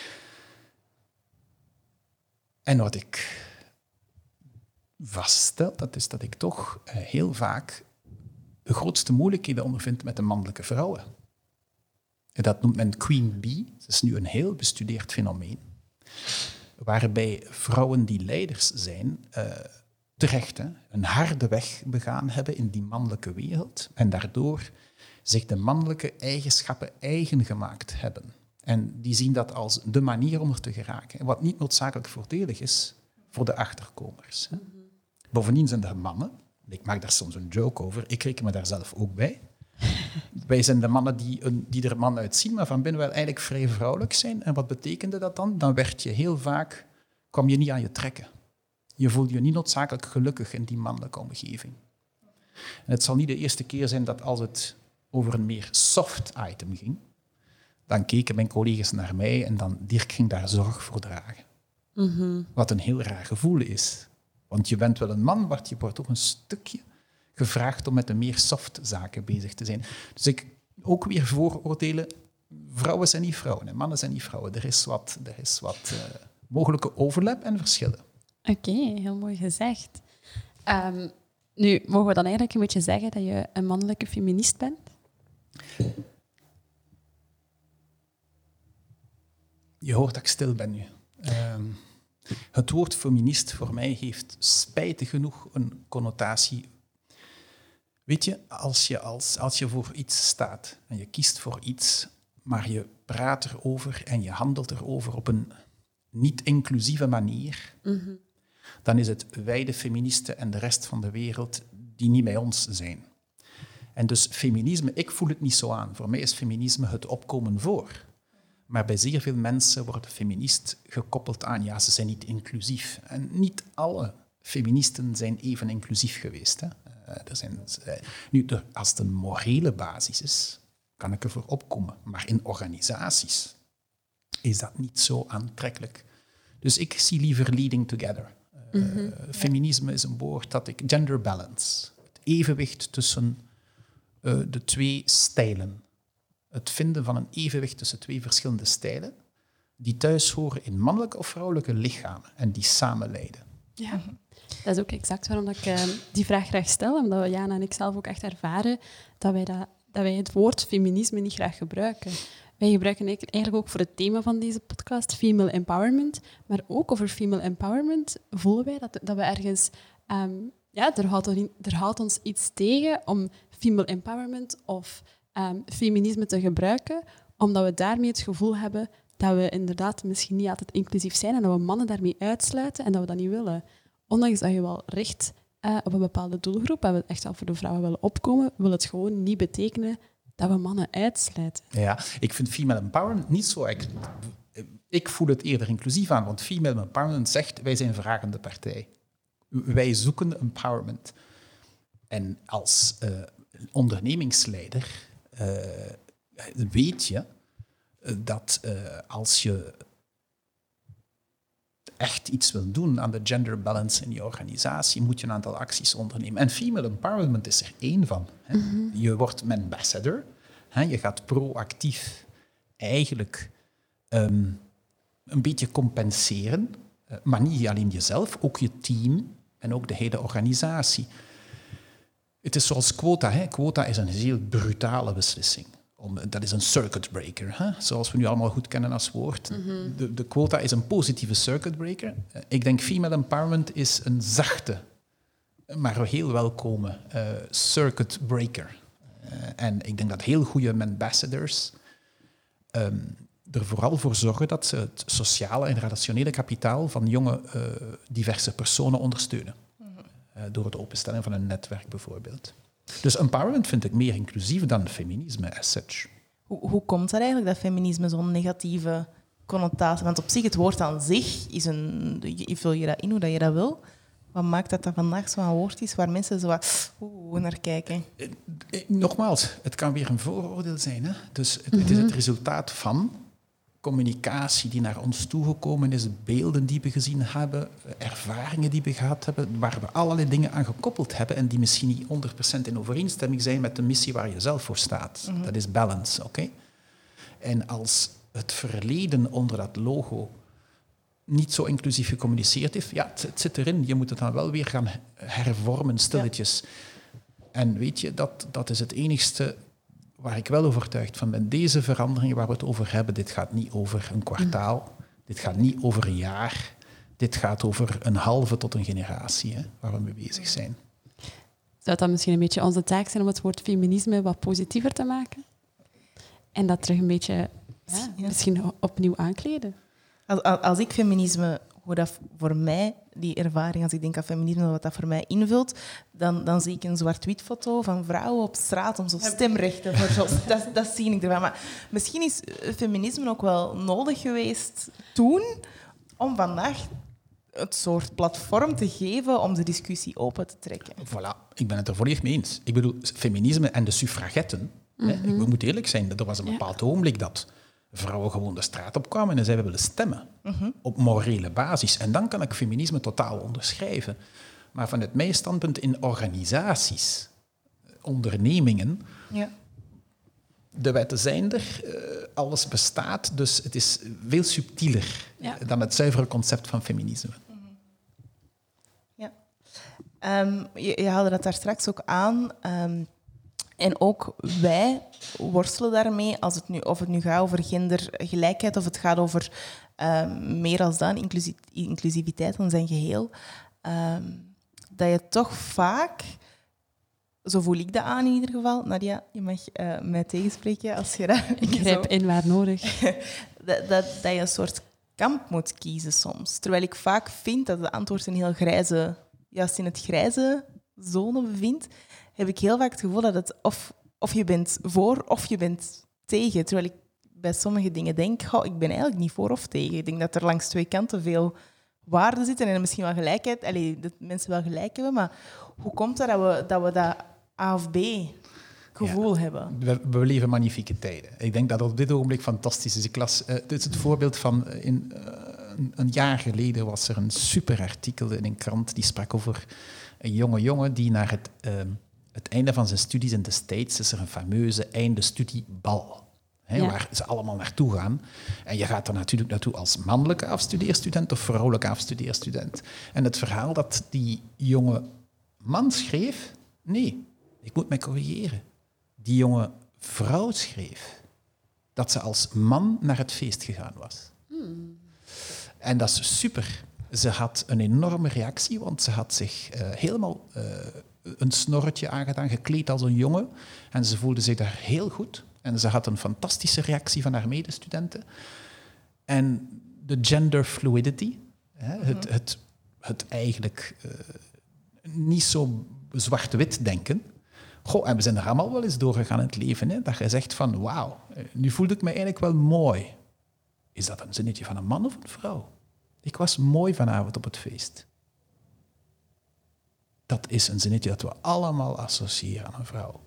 En wat ik vaststel, dat is dat ik toch heel vaak de grootste moeilijkheden ondervind met de mannelijke vrouwen. En dat noemt men Queen Bee. Dat is nu een heel bestudeerd fenomeen. Waarbij vrouwen die leiders zijn, terecht een harde weg begaan hebben in die mannelijke wereld en daardoor zich de mannelijke eigenschappen eigen gemaakt hebben. En die zien dat als de manier om er te geraken. Wat niet noodzakelijk voordelig is voor de achterkomers. Bovendien zijn er mannen, ik maak daar soms een joke over, ik reken me daar zelf ook bij. Wij zijn de mannen die er man uitzien, maar van binnen wel eigenlijk vrij vrouwelijk zijn. En wat betekende dat dan? Dan werd je heel vaak, kwam je niet aan je trekken. Je voelde je niet noodzakelijk gelukkig in die mannelijke omgeving. En het zal niet de eerste keer zijn dat als het over een meer soft item ging, dan keken mijn collega's naar mij en dan Dirk ging daar zorg voor dragen. Wat een heel raar gevoel is. Want je bent wel een man, maar je wordt toch een stukje gevraagd om met de meer soft zaken bezig te zijn. Dus ik ook weer vooroordelen. Vrouwen zijn niet vrouwen en mannen zijn niet vrouwen. Er is wat mogelijke overlap en verschillen. Oké, heel mooi gezegd. Nu, mogen we dan eigenlijk een beetje zeggen dat je een mannelijke feminist bent? Je hoort dat ik stil ben nu. Het woord feminist voor mij heeft spijtig genoeg een connotatie. Weet je, als je voor iets staat en je kiest voor iets, maar je praat erover en je handelt erover op een niet-inclusieve manier, dan is het wij de feministen en de rest van de wereld die niet bij ons zijn. En dus feminisme, ik voel het niet zo aan. Voor mij is feminisme het opkomen voor. Maar bij zeer veel mensen wordt feminist gekoppeld aan, ja, ze zijn niet inclusief. En niet alle feministen zijn even inclusief geweest. Hè. Nu, als het een morele basis is, kan ik ervoor opkomen. Maar in organisaties is dat niet zo aantrekkelijk. Dus ik zie liever leading together. Feminisme is een woord dat ik... Gender balance. Het evenwicht tussen de 2 stijlen. Het vinden van een evenwicht tussen 2 verschillende stijlen die thuis horen in mannelijke of vrouwelijke lichamen en die samen leiden. Ja, dat is ook exact waarom dat ik die vraag graag stel, omdat we, Jana en ik zelf ook echt ervaren dat wij het woord feminisme niet graag gebruiken. Wij gebruiken eigenlijk ook voor het thema van deze podcast female empowerment, maar ook over female empowerment voelen wij dat we ergens... er houdt ons iets tegen om female empowerment of feminisme te gebruiken, omdat we daarmee het gevoel hebben dat we inderdaad misschien niet altijd inclusief zijn en dat we mannen daarmee uitsluiten en dat we dat niet willen. Ondanks dat je wel richt op een bepaalde doelgroep en we echt wel voor de vrouwen willen opkomen, wil het gewoon niet betekenen dat we mannen uitsluiten. Ja, ik vind female empowerment niet zo... Ik voel het eerder inclusief aan, want female empowerment zegt wij zijn vragende partij. Wij zoeken empowerment. En als ondernemingsleider weet je dat als je echt iets wil doen aan de gender balance in je organisatie, moet je een aantal acties ondernemen. En female empowerment is er één van. Hè. Je wordt een ambassador. Hè. Je gaat proactief eigenlijk een beetje compenseren, maar niet alleen jezelf, ook je team en ook de hele organisatie. Het is zoals quota. Hè. Quota is een heel brutale beslissing. Dat is een circuit breaker, hè? Zoals we nu allemaal goed kennen als woord. De quota is een positieve circuit breaker. Ik denk female empowerment is een zachte, maar heel welkome circuit breaker. En ik denk dat heel goede ambassadors er vooral voor zorgen dat ze het sociale en relationele kapitaal van jonge, diverse personen ondersteunen. Door het openstellen van een netwerk bijvoorbeeld. Dus empowerment vind ik meer inclusief dan feminisme as such. Hoe komt dat eigenlijk, dat feminisme zo'n negatieve connotatie? Want op zich, het woord aan zich is vul je dat in hoe dat je dat wil. Wat maakt dat vandaag zo'n woord is waar mensen zo naar kijken? Nogmaals, het kan weer een vooroordeel zijn. Hè? Dus het is het resultaat van communicatie die naar ons toegekomen is, beelden die we gezien hebben, ervaringen die we gehad hebben, waar we allerlei dingen aan gekoppeld hebben en die misschien niet 100% in overeenstemming zijn met de missie waar je zelf voor staat. Dat is balance, oké? En als het verleden onder dat logo niet zo inclusief gecommuniceerd heeft, ja, het zit erin. Je moet het dan wel weer gaan hervormen, stilletjes. Ja. En weet je, dat is het enigste waar ik wel overtuigd van ben. Deze veranderingen waar we het over hebben, dit gaat niet over een kwartaal, dit gaat niet over een jaar, dit gaat over een halve tot een generatie, hè, waar we mee bezig zijn. Zou dat misschien een beetje onze taak zijn om het woord feminisme wat positiever te maken? En dat terug een beetje misschien opnieuw aankleden? Als ik feminisme, hoe dat voor mij, die ervaring, als ik denk aan feminisme, wat dat voor mij invult, dan zie ik een zwart-wit foto van vrouwen op straat om zo stemrechten voor dat zie ik ervan. Maar misschien is feminisme ook wel nodig geweest toen om vandaag het soort platform te geven om de discussie open te trekken. Voilà, ik ben het er volledig mee eens. Ik bedoel, feminisme en de suffragetten, we moeten eerlijk zijn, er was een bepaald ogenblik dat vrouwen gewoon de straat op kwamen en zeiden we willen stemmen. Op morele basis. En dan kan ik feminisme totaal onderschrijven. Maar vanuit mijn standpunt in organisaties, ondernemingen, de wetten zijn er, alles bestaat, dus het is veel subtieler dan het zuivere concept van feminisme. Ja. Je haalde dat daar straks ook aan. En ook wij worstelen daarmee, of het nu gaat over gendergelijkheid of het gaat over meer als dat, inclusiviteit in zijn geheel. Dat je toch vaak, zo voel ik dat aan in ieder geval. Nadia, je mag mij tegenspreken als je dat... Ik grijp in waar nodig. dat je een soort kamp moet kiezen soms. Terwijl ik vaak vind dat de antwoord een heel grijze, juist in het grijze zone bevindt, heb ik heel vaak het gevoel dat het of je bent voor of je bent tegen. Terwijl ik bij sommige dingen denk, ik ben eigenlijk niet voor of tegen. Ik denk dat er langs twee kanten veel waarden zitten en misschien wel gelijkheid. Dat mensen wel gelijk hebben, maar hoe komt het dat we dat A of B gevoel hebben? We leven magnifieke tijden. Ik denk dat op dit ogenblik fantastisch is. Dit is het voorbeeld van... een jaar geleden was er een super artikel in een krant die sprak over een jonge jongen die naar het einde van zijn studies in de States is er een fameuze eindestudiebal. Waar ze allemaal naartoe gaan. En je gaat er natuurlijk naartoe als mannelijke afstudeerstudent of vrouwelijke afstudeerstudent. En het verhaal dat die jonge man schreef... Nee, ik moet mij corrigeren. Die jonge vrouw schreef dat ze als man naar het feest gegaan was. En dat is super. Ze had een enorme reactie, want ze had zich helemaal een snorretje aangedaan, gekleed als een jongen. En ze voelde zich daar heel goed. En ze had een fantastische reactie van haar medestudenten. En de gender fluidity, het eigenlijk niet zo zwart-wit denken. En we zijn er allemaal wel eens doorgegaan in het leven. Hè? Dat je zegt van, wauw, nu voelde ik me eigenlijk wel mooi. Is dat een zinnetje van een man of een vrouw? Ik was mooi vanavond op het feest. Dat is een zinnetje dat we allemaal associëren aan een vrouw.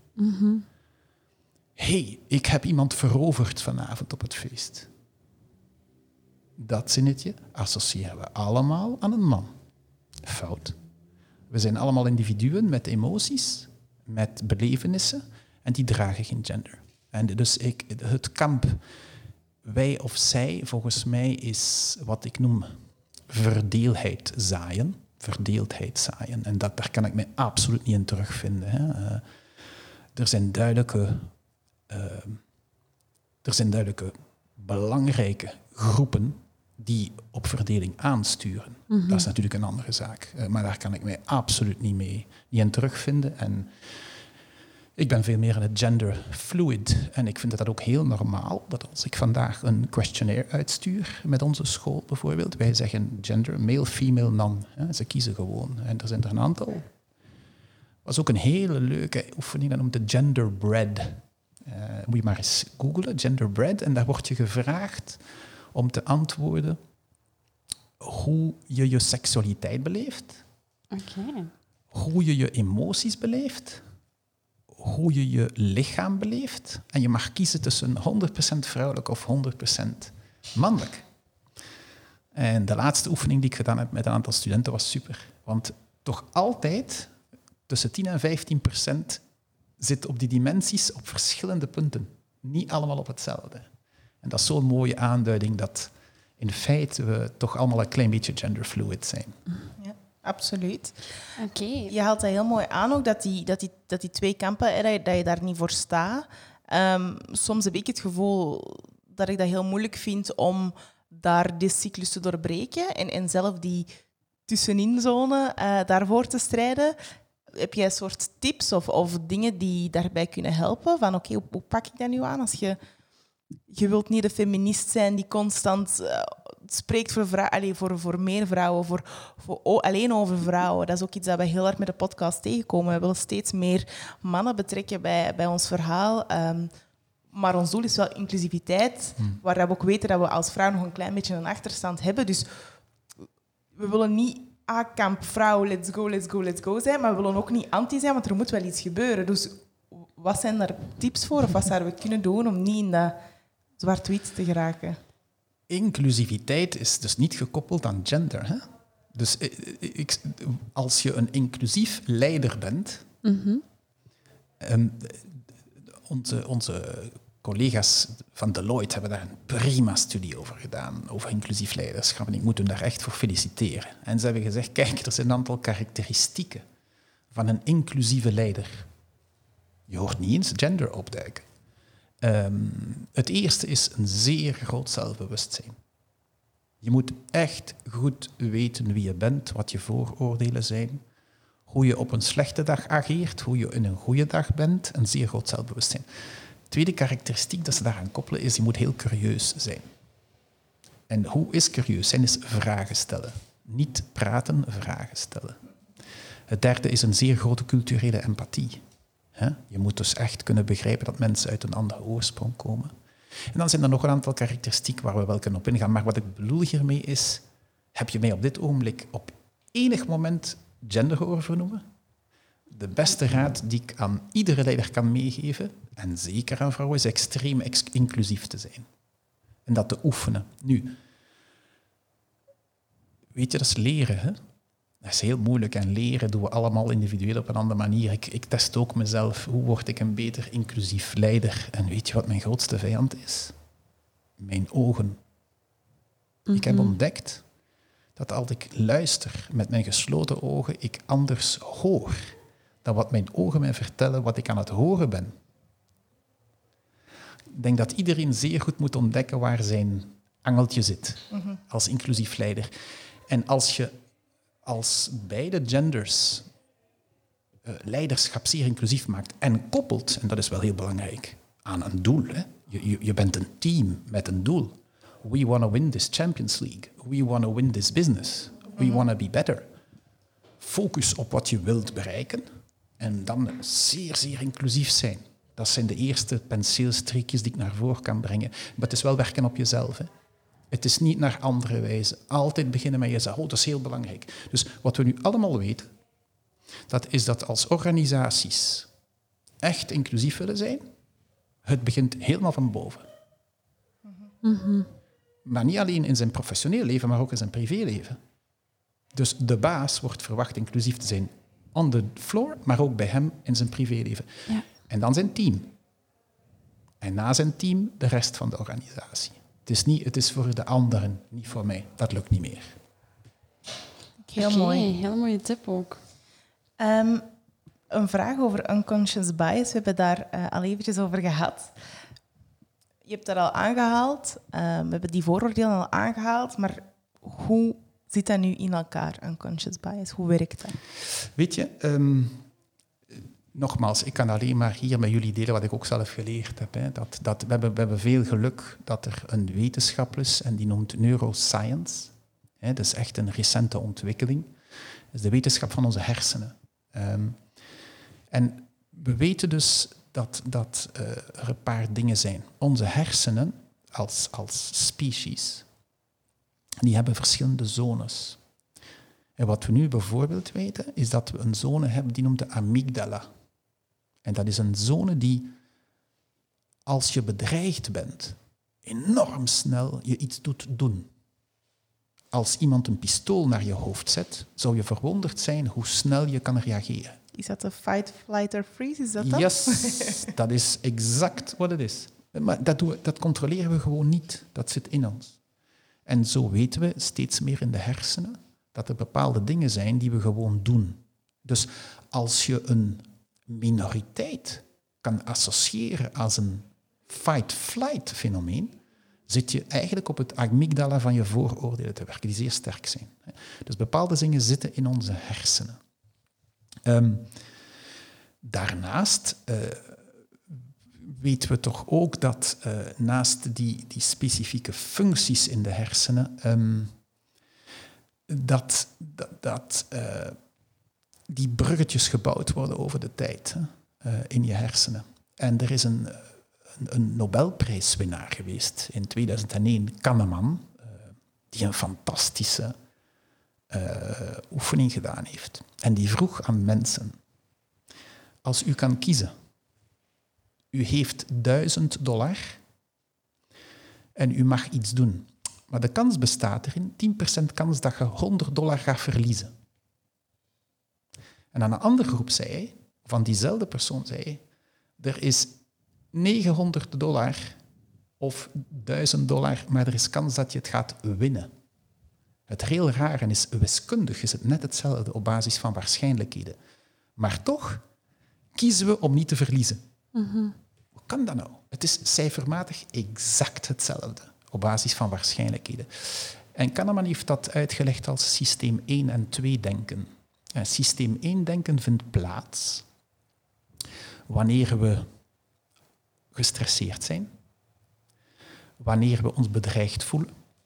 Hey, ik heb iemand veroverd vanavond op het feest. Dat zinnetje associëren we allemaal aan een man. Fout. We zijn allemaal individuen met emoties, met belevenissen, en die dragen geen gender. En dus het kamp wij of zij, volgens mij, is wat ik noem verdeeldheid zaaien. En daar kan ik mij absoluut niet in terugvinden. Hè. Er zijn duidelijke belangrijke groepen die op verdeling aansturen. Dat is natuurlijk een andere zaak. Maar daar kan ik mij absoluut niet in terugvinden. En ik ben veel meer in het gender fluid. En ik vind dat ook heel normaal. Dat als ik vandaag een questionnaire uitstuur met onze school bijvoorbeeld, wij zeggen gender, male, female, none. Ze kiezen gewoon. En er zijn er een aantal. Was ook een hele leuke oefening, dat noemt de genderbread. Moet je maar eens googlen, genderbread. En daar word je gevraagd om te antwoorden hoe je je seksualiteit beleeft. Okay. Hoe je je emoties beleeft. Hoe je je lichaam beleeft. En je mag kiezen tussen 100% vrouwelijk of 100% mannelijk. En de laatste oefening die ik gedaan heb met een aantal studenten was super. Want toch altijd tussen 10 en 15% zit op die dimensies op verschillende punten. Niet allemaal op hetzelfde. En dat is zo'n mooie aanduiding dat in feite we toch allemaal een klein beetje genderfluid zijn. Ja, absoluut. Oké. Je haalt dat heel mooi aan ook, dat die twee kampen, dat je daar niet voor staat. Soms heb ik het gevoel dat ik dat heel moeilijk vind om daar die cyclus te doorbreken en zelf die tusseninzone daarvoor te strijden. Heb jij een soort tips of dingen die daarbij kunnen helpen? Van oké, hoe pak ik dat nu aan? Als je wilt niet de feminist zijn die constant spreekt voor meer vrouwen, voor alleen over vrouwen. Dat is ook iets dat we heel hard met de podcast tegenkomen. We willen steeds meer mannen betrekken bij ons verhaal. Maar ons doel is wel inclusiviteit, waar we ook weten dat we als vrouw nog een klein beetje een achterstand hebben. Dus we willen niet kamp vrouw, let's go zijn, maar we willen ook niet anti zijn, want er moet wel iets gebeuren. Dus wat zijn daar tips voor? Of wat zouden we kunnen doen om niet in dat zwart-wit te geraken? Inclusiviteit is dus niet gekoppeld aan gender. Hè? Dus als je een inclusief leider bent... Onze collega's van Deloitte hebben daar een prima studie over gedaan, over inclusief leiderschap. En ik moet hen daar echt voor feliciteren. En ze hebben gezegd, kijk, er zijn een aantal karakteristieken van een inclusieve leider. Je hoort niet eens gender opduiken. Het eerste is een zeer groot zelfbewustzijn. Je moet echt goed weten wie je bent, wat je vooroordelen zijn, hoe je op een slechte dag ageert, hoe je in een goede dag bent, een zeer groot zelfbewustzijn. Tweede karakteristiek dat ze daaraan koppelen is, je moet heel curieus zijn. En hoe is curieus zijn? Is vragen stellen. Niet praten, vragen stellen. Het derde is een zeer grote culturele empathie. Je moet dus echt kunnen begrijpen dat mensen uit een andere oorsprong komen. En dan zijn er nog een aantal karakteristieken waar we wel kunnen op ingaan. Maar wat ik bedoel hiermee is, heb je mij op dit ogenblik op enig moment gender horen vernoemen? De beste raad die ik aan iedere leider kan meegeven, en zeker aan vrouwen, is extreem inclusief te zijn. En dat te oefenen. Nu, weet je, dat is leren, hè? Dat is heel moeilijk. En leren doen we allemaal individueel op een andere manier. Ik test ook mezelf. Hoe word ik een beter inclusief leider? En weet je wat mijn grootste vijand is? Mijn ogen. Ik heb ontdekt dat als ik luister met mijn gesloten ogen, ik anders hoor dan wat mijn ogen mij vertellen wat ik aan het horen ben. Ik denk dat iedereen zeer goed moet ontdekken waar zijn angeltje zit als inclusief leider. En als je als beide genders leiderschap zeer inclusief maakt en koppelt, en dat is wel heel belangrijk, aan een doel. Hè? Je bent een team met een doel. We want to win this Champions League. We want to win this business. We want to be better. Focus op wat je wilt bereiken en dan zeer, zeer inclusief zijn. Dat zijn de eerste penseelstreekjes die ik naar voren kan brengen. Maar het is wel werken op jezelf. Hè? Het is niet naar andere wijze. Altijd beginnen met jezelf. Oh, dat is heel belangrijk. Dus wat we nu allemaal weten, Dat is dat als organisaties echt inclusief willen zijn, het begint helemaal van boven. Maar niet alleen in zijn professioneel leven, maar ook in zijn privéleven. Dus de baas wordt verwacht inclusief te zijn on the floor, maar ook bij hem in zijn privéleven. Ja. En dan zijn team. En na zijn team de rest van de organisatie. Het is voor de anderen, niet voor mij. Dat lukt niet meer. Heel Oké, mooi. heel mooie tip ook. Een vraag over unconscious bias. We hebben daar al eventjes over gehad. Je hebt dat al aangehaald. We hebben die vooroordelen al aangehaald. Maar hoe zit dat nu in elkaar, unconscious bias? Hoe werkt dat? Weet je, nogmaals, ik kan alleen maar hier met jullie delen wat ik ook zelf geleerd heb. Hè. We hebben veel geluk dat er een wetenschap is en die noemt neuroscience. Hè, dat is echt een recente ontwikkeling. Dat is de wetenschap van onze hersenen. En we weten dus dat er een paar dingen zijn. Onze hersenen als species, die hebben verschillende zones. En wat we nu bijvoorbeeld weten, is dat we een zone hebben die noemt de amygdala. En dat is een zone die, als je bedreigd bent, enorm snel je iets doet doen. Als iemand een pistool naar je hoofd zet, zou je verwonderd zijn hoe snel je kan reageren. Is dat de fight, flight or freeze? Is dat dat? Yes, dat is exact wat het is. Maar dat controleren we gewoon niet. Dat zit in ons. En zo weten we steeds meer in de hersenen dat er bepaalde dingen zijn die we gewoon doen. Dus als je een minoriteit kan associëren als een fight-flight fenomeen, zit je eigenlijk op het amygdala van je vooroordelen te werken, die zeer sterk zijn. Dus bepaalde dingen zitten in onze hersenen. Daarnaast weten we toch ook dat naast die specifieke functies in de hersenen, die bruggetjes gebouwd worden over de tijd in je hersenen. En er is een Nobelprijswinnaar geweest in 2001, Kahneman, die een fantastische oefening gedaan heeft. En die vroeg aan mensen, als u kan kiezen, u heeft $1000 en u mag iets doen. Maar de kans bestaat erin, 10% kans dat je $100 gaat verliezen. En aan een andere groep zei hij, van diezelfde persoon zei hij, er is $900 of $1000, maar er is kans dat je het gaat winnen. Het heel rare is, wiskundig is het net hetzelfde op basis van waarschijnlijkheden. Maar toch kiezen we om niet te verliezen. Mm-hmm. Hoe kan dat nou? Het is cijfermatig exact hetzelfde op basis van waarschijnlijkheden. En Kahneman heeft dat uitgelegd als systeem 1 en 2 denken. En systeem 1 denken vindt plaats wanneer we gestresseerd zijn, wanneer we ons bedreigd voelen,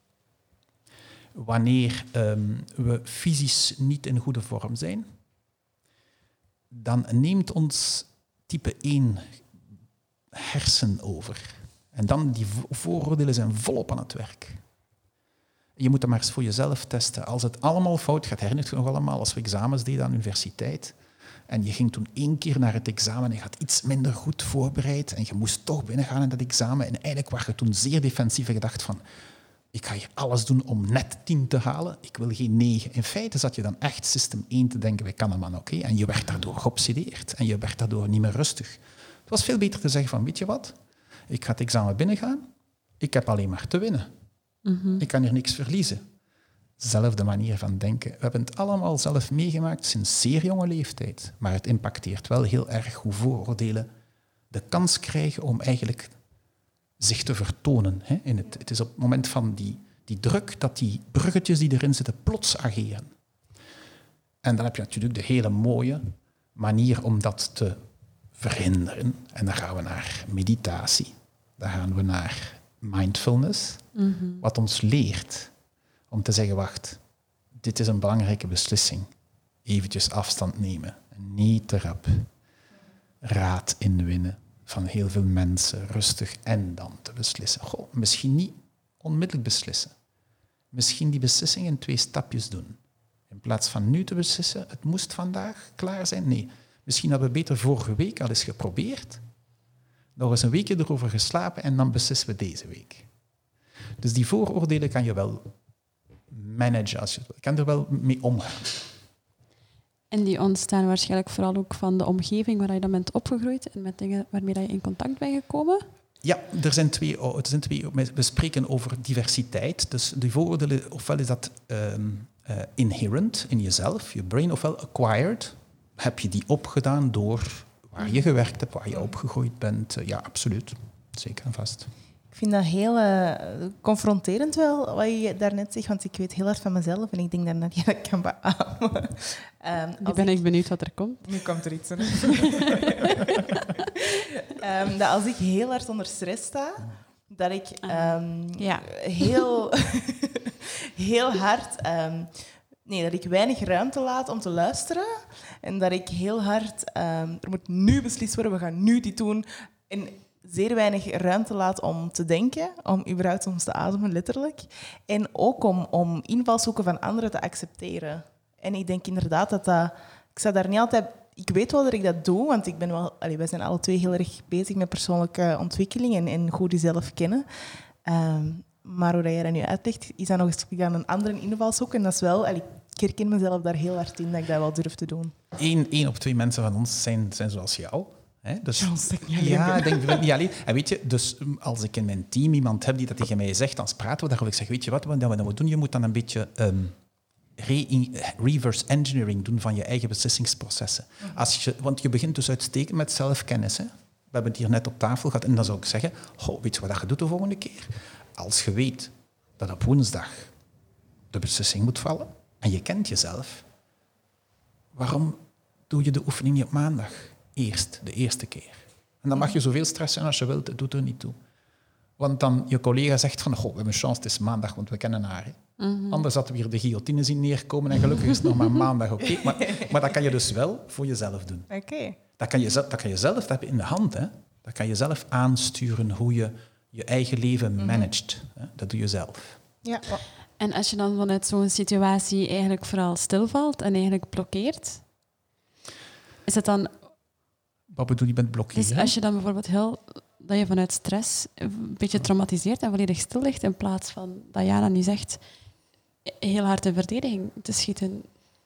wanneer we fysisch niet in goede vorm zijn, dan neemt ons type 1 hersen over. En dan die vooroordelen zijn volop aan het werk. Je moet dat maar eens voor jezelf testen. Als het allemaal fout gaat, herinnert je nog allemaal als we examens deden aan de universiteit, en je ging toen 1 keer naar het examen en je had iets minder goed voorbereid en je moest toch binnengaan in dat examen. En eigenlijk was je toen zeer defensief en gedacht van, ik ga hier alles doen om net 10 te halen. Ik wil geen 9. In feite zat je dan echt system 1 te denken bij Kahneman, oké? En je werd daardoor geobsedeerd en je werd daardoor niet meer rustig. Het was veel beter te zeggen van, weet je wat? Ik ga het examen binnengaan. Ik heb alleen maar te winnen. Mm-hmm. Ik kan hier niks verliezen. Zelfde manier van denken. We hebben het allemaal zelf meegemaakt sinds zeer jonge leeftijd. Maar het impacteert wel heel erg hoe vooroordelen de kans krijgen om eigenlijk zich te vertonen. Het is op het moment van die druk dat die bruggetjes die erin zitten plots ageren. En dan heb je natuurlijk de hele mooie manier om dat te verhinderen. En dan gaan we naar meditatie. Dan gaan we naar mindfulness. Mm-hmm. Wat ons leert om te zeggen, wacht, dit is een belangrijke beslissing. Eventjes afstand nemen. Niet te rap. Raad inwinnen van heel veel mensen, rustig en dan te beslissen. Goh, misschien niet onmiddellijk beslissen. Misschien die beslissing in 2 stapjes doen. In plaats van nu te beslissen, het moest vandaag klaar zijn. Nee, misschien hadden we beter vorige week al eens geprobeerd. Nog eens een weekje erover geslapen en dan beslissen we deze week. Dus die vooroordelen kan je wel managen als je het wil. Je kan er wel mee omgaan. En die ontstaan waarschijnlijk vooral ook van de omgeving waar je dan bent opgegroeid en met dingen waarmee je in contact bent gekomen? Ja, er zijn twee. We spreken over diversiteit. Dus die vooroordelen, ofwel is dat inherent in jezelf, je brain, ofwel acquired. Heb je die opgedaan door waar je gewerkt hebt, waar je opgegroeid bent? Ja, absoluut. Zeker en vast. Ik vind dat heel confronterend wel, wat je daarnet zegt, want ik weet heel hard van mezelf en ik denk dat Nadia dat kan beamen. Nu ben ik benieuwd wat er komt. Nu komt er iets aan. Dat als ik heel hard onder stress sta, dat ik heel hard... dat ik weinig ruimte laat om te luisteren en dat ik heel hard... er moet nu beslist worden, we gaan nu dit doen. En zeer weinig ruimte laat om te denken, om überhaupt soms te ademen, letterlijk. En ook om invalshoeken van anderen te accepteren. En ik denk inderdaad dat... Ik sta daar niet altijd... Ik weet wel dat ik dat doe, want ik ben wel... wij zijn alle twee heel erg bezig met persoonlijke ontwikkeling en goed jezelf kennen. Maar hoe jij dat nu uitlegt, is dat nog eens een andere invalshoek. En dat is wel... Ik herken mezelf daar heel hard in, dat ik dat wel durf te doen. 1 op 2 mensen van ons zijn zoals jou. Dus, ja, ik denk niet alleen. En weet je, dus als ik in mijn team iemand heb die dat tegen mij zegt, dan praten we daarover. Ik zeg, weet je wat we dan moeten doen? Je moet dan een beetje reverse engineering doen van je eigen beslissingsprocessen. Want je begint dus uitstekend met zelfkennis. Hè? We hebben het hier net op tafel gehad. En dan zou ik zeggen, weet je wat je doet de volgende keer? Als je weet dat op woensdag de beslissing moet vallen en je kent jezelf, waarom doe je de oefening niet op maandag? De eerste keer. En dan mag je zoveel stressen als je wilt, het doet er niet toe. Want dan je collega zegt van, we hebben een chance, het is maandag, want we kennen haar. Mm-hmm. Anders hadden we hier de guillotine zien neerkomen en gelukkig is het nog maar maandag, oké. Maar dat kan je dus wel voor jezelf doen. Okay. Dat kan je zelf, dat heb je in de hand. Hè. Dat kan je zelf aansturen hoe je je eigen leven managt. Hè. Dat doe je zelf. Ja. En als je dan vanuit zo'n situatie eigenlijk vooral stilvalt en eigenlijk blokkeert, is het dan... Wat bedoel je met blokkeren? Dus als je dan bijvoorbeeld dat je vanuit stress een beetje traumatiseert en volledig stil ligt, in plaats van dat Jana nu zegt, heel hard in verdediging te schieten.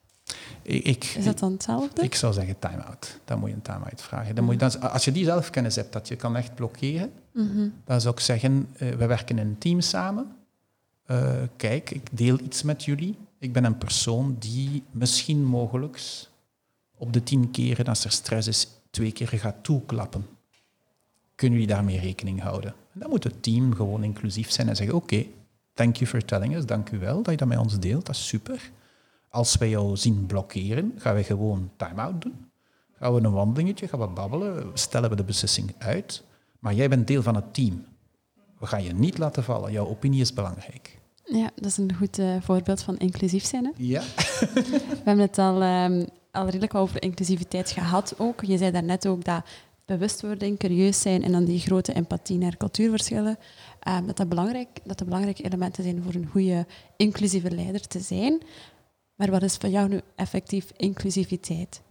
Is dat dan hetzelfde? Ik zou zeggen time-out. Dan moet je een time-out vragen. Dan moet je, als je die zelfkennis hebt, dat je kan echt blokkeren, dan zou ik zeggen, we werken in een team samen. Kijk, ik deel iets met jullie. Ik ben een persoon die misschien mogelijk op de 10 keren als er stress is, 2 keer gaat toeklappen. Kunnen jullie daarmee rekening houden? En dan moet het team gewoon inclusief zijn en zeggen, oké, thank you for telling us, dank u wel dat je dat met ons deelt, dat is super. Als wij jou zien blokkeren, gaan we gewoon time-out doen. Gaan we een wandelingetje, gaan we babbelen, stellen we de beslissing uit. Maar jij bent deel van het team. We gaan je niet laten vallen, jouw opinie is belangrijk. Ja, dat is een goed voorbeeld van inclusief zijn. Hè? Ja. We hebben het al redelijk over inclusiviteit gehad ook. Je zei daarnet ook dat bewustwording, curieus zijn en dan die grote empathie naar cultuurverschillen, dat belangrijke elementen zijn voor een goede inclusieve leider te zijn. Maar wat is voor jou nu effectief inclusiviteit?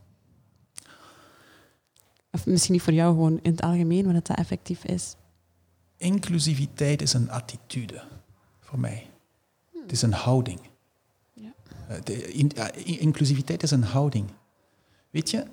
Of misschien niet voor jou, gewoon in het algemeen, wat dat effectief is. Inclusiviteit is een attitude, voor mij. Het is een houding. Ja. Inclusiviteit is een houding. Weet je,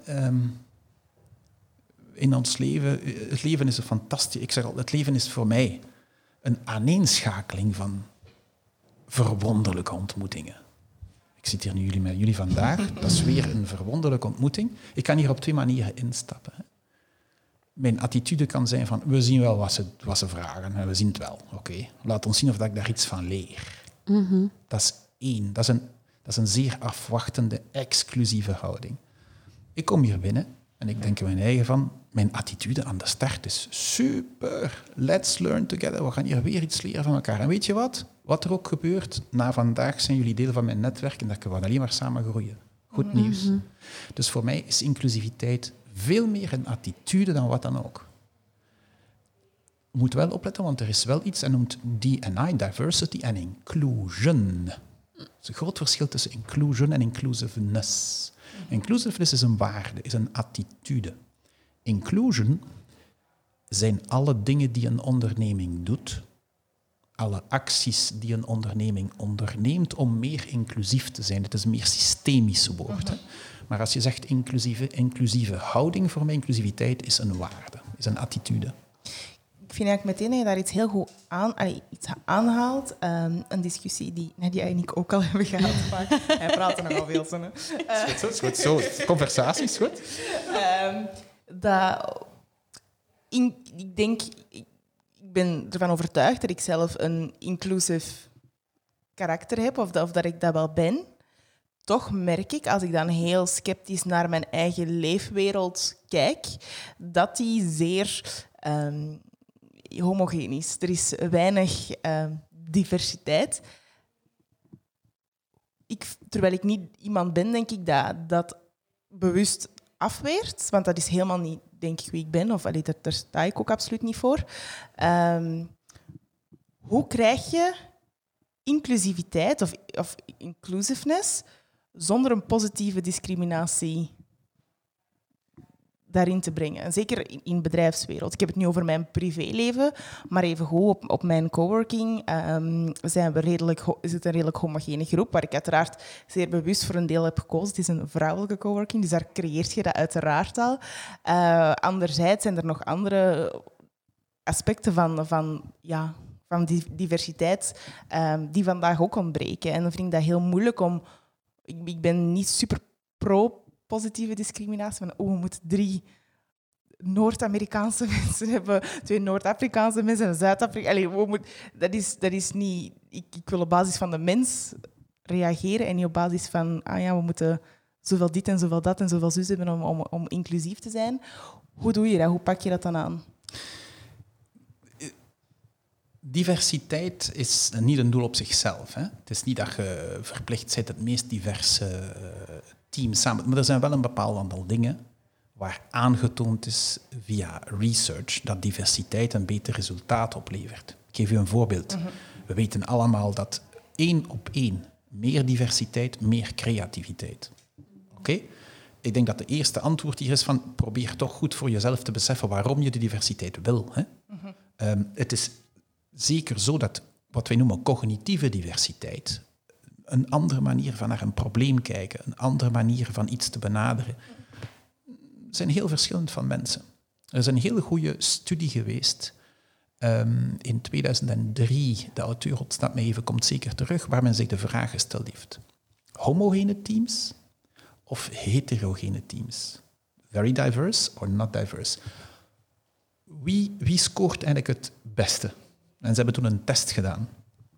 in ons leven, het leven is een fantastisch... Ik zeg al, het leven is voor mij een aaneenschakeling van verwonderlijke ontmoetingen. Ik zit hier nu met jullie vandaag. Dat is weer een verwonderlijke ontmoeting. Ik kan hier op 2 manieren instappen. Hè. Mijn attitude kan zijn van, we zien wel wat ze vragen. En we zien het wel. Oké, laat ons zien of ik daar iets van leer. Mm-hmm. Dat is 1. Dat is een zeer afwachtende, exclusieve houding. Ik kom hier binnen en ik denk in mijn eigen van, mijn attitude aan de start is super. Let's learn together. We gaan hier weer iets leren van elkaar. En weet je wat? Wat er ook gebeurt, na vandaag zijn jullie deel van mijn netwerk en dat we alleen maar samen groeien. Goed nieuws. Dus voor mij is inclusiviteit veel meer een attitude dan wat dan ook. Je moet wel opletten, want er is wel iets en noemt D&I, diversity en inclusion. is een groot verschil tussen inclusion en inclusiveness. Inclusiveness is een waarde, is een attitude. Inclusion zijn alle dingen die een onderneming doet, alle acties die een onderneming onderneemt om meer inclusief te zijn. Het is een meer systemisch woord. Hè? Maar als je zegt inclusieve houding voor mij, inclusiviteit is een waarde, is een attitude. Ik vind eigenlijk meteen dat je daar iets heel goed iets aanhaalt. Een discussie die Nadia en ik ook al hebben gehad. Vaak. Wij praten nogal veel zo. Is goed, zo. Conversatie is goed. Ik ben ervan overtuigd dat ik zelf een inclusief karakter heb, of dat ik dat wel ben. Toch merk ik, als ik dan heel sceptisch naar mijn eigen leefwereld kijk, dat die zeer homogeen is. Er is weinig diversiteit. Terwijl ik niet iemand ben, denk ik, dat bewust afweert. Want dat is helemaal niet, denk ik, wie ik ben. Of daar sta ik ook absoluut niet voor. Hoe krijg je inclusiviteit of inclusiveness zonder een positieve discriminatie daarin te brengen? En zeker in de bedrijfswereld. Ik heb het nu over mijn privéleven, maar evengoed op mijn coworking is het een redelijk homogene groep, waar ik uiteraard zeer bewust voor een deel heb gekozen. Het is een vrouwelijke coworking, dus daar creëert je dat uiteraard al. Anderzijds zijn er nog andere aspecten van diversiteit die vandaag ook ontbreken. En dan vind ik dat heel moeilijk om... Ik ben niet super pro-positieve discriminatie. Van, we moeten 3 Noord-Amerikaanse mensen hebben, 2 Noord-Afrikaanse mensen en Zuid-Afrika. Dat is niet... Ik wil op basis van de mens reageren en niet op basis van... we moeten zoveel dit en zoveel dat en zoveel zus hebben om inclusief te zijn. Hoe doe je dat? Hoe pak je dat dan aan? Diversiteit is niet een doel op zichzelf. Hè. Het is niet dat je verplicht bent het meest diverse team samen. Maar er zijn wel een bepaald aantal dingen waar aangetoond is via research dat diversiteit een beter resultaat oplevert. Ik geef u een voorbeeld. We weten allemaal dat 1 op 1 meer diversiteit, meer creativiteit. Oké? Ik denk dat de eerste antwoord hier is van probeer toch goed voor jezelf te beseffen waarom je de diversiteit wil. Hè. Het is zeker zo dat wat wij noemen cognitieve diversiteit, een andere manier van naar een probleem kijken, een andere manier van iets te benaderen, zijn heel verschillend van mensen. Er is een hele goede studie geweest in 2003, de auteur ontsnapt mij even, komt zeker terug, waar men zich de vraag gesteld heeft. Homogene teams of heterogene teams? Very diverse or not diverse? Wie scoort eigenlijk het beste? En ze hebben toen een test gedaan.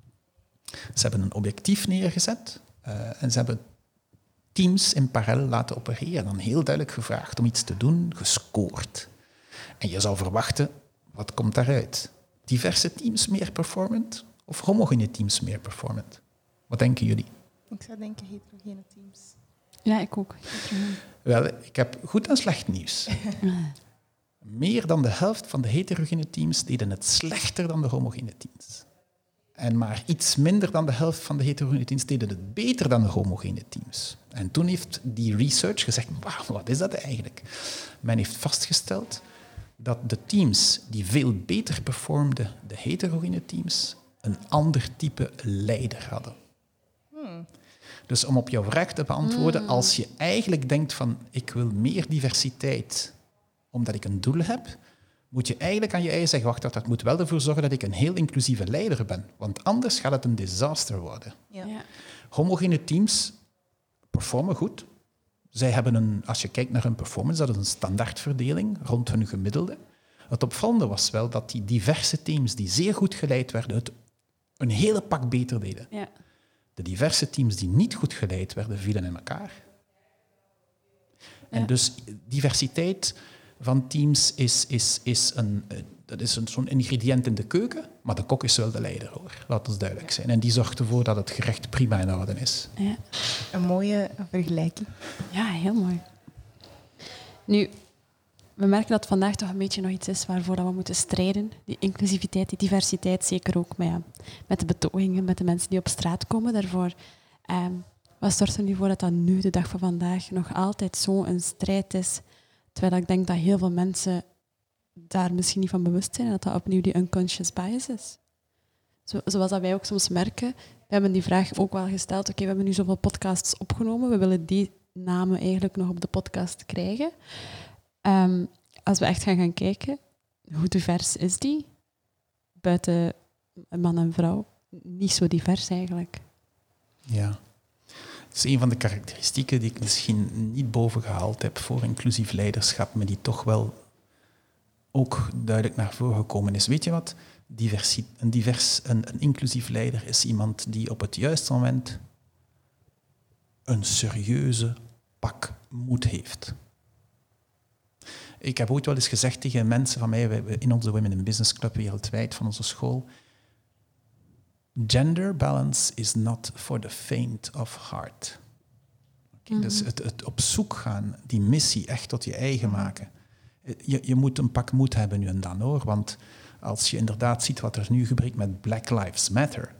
Ze hebben een objectief neergezet en ze hebben teams in parallel laten opereren en dan heel duidelijk gevraagd om iets te doen, gescoord. En je zou verwachten, wat komt daaruit? Diverse teams meer performant of homogene teams meer performant? Wat denken jullie? Ik zou denken heterogene teams. Ja, ik ook. Wel, ik heb goed en slecht nieuws. Meer dan de helft van de heterogene teams deden het slechter dan de homogene teams. En maar iets minder dan de helft van de heterogene teams deden het beter dan de homogene teams. En toen heeft die research gezegd, wat is dat eigenlijk? Men heeft vastgesteld dat de teams die veel beter performden, de heterogene teams, een ander type leider hadden. Dus om op jouw vraag te beantwoorden, als je eigenlijk denkt van ik wil meer diversiteit omdat ik een doel heb, moet je eigenlijk aan je eigen zeggen, wacht, dat moet wel ervoor zorgen dat ik een heel inclusieve leider ben. Want anders gaat het een disaster worden. Ja. Homogene teams performen goed. Zij hebben als je kijkt naar hun performance, dat is een standaardverdeling rond hun gemiddelde. Het opvallende was wel dat die diverse teams die zeer goed geleid werden, het een hele pak beter deden. Ja. De diverse teams die niet goed geleid werden, vielen in elkaar. En dus diversiteit van teams is zo'n ingrediënt in de keuken, maar de kok is wel de leider, hoor. Laat ons duidelijk zijn. En die zorgt ervoor dat het gerecht prima in orde is. Ja. Een mooie vergelijking. Ja, heel mooi. Nu, we merken dat vandaag toch een beetje nog iets is waarvoor we moeten strijden. Die inclusiviteit, die diversiteit, zeker ook met de betogingen, met de mensen die op straat komen daarvoor. Wat zorgt er nu voor dat nu, de dag van vandaag, nog altijd zo'n strijd is? Terwijl ik denk dat heel veel mensen daar misschien niet van bewust zijn en dat opnieuw die unconscious bias is. Zoals dat wij ook soms merken. We hebben die vraag ook wel gesteld. Oké, we hebben nu zoveel podcasts opgenomen. We willen die namen eigenlijk nog op de podcast krijgen. Als we echt gaan kijken, hoe divers is die? Buiten man en vrouw. Niet zo divers eigenlijk. Ja. Het is een van de karakteristieken die ik misschien niet bovengehaald heb voor inclusief leiderschap, maar die toch wel ook duidelijk naar voren gekomen is. Weet je wat? Een inclusief leider is iemand die op het juiste moment een serieuze pak moed heeft. Ik heb ooit wel eens gezegd tegen mensen van mij, in onze Women in Business Club wereldwijd van onze school, gender balance is not for the faint of heart. Okay, dus het op zoek gaan, die missie echt tot je eigen maken. Je moet een pak moed hebben nu en dan, hoor. Want als je inderdaad ziet wat er nu gebeurt met Black Lives Matter,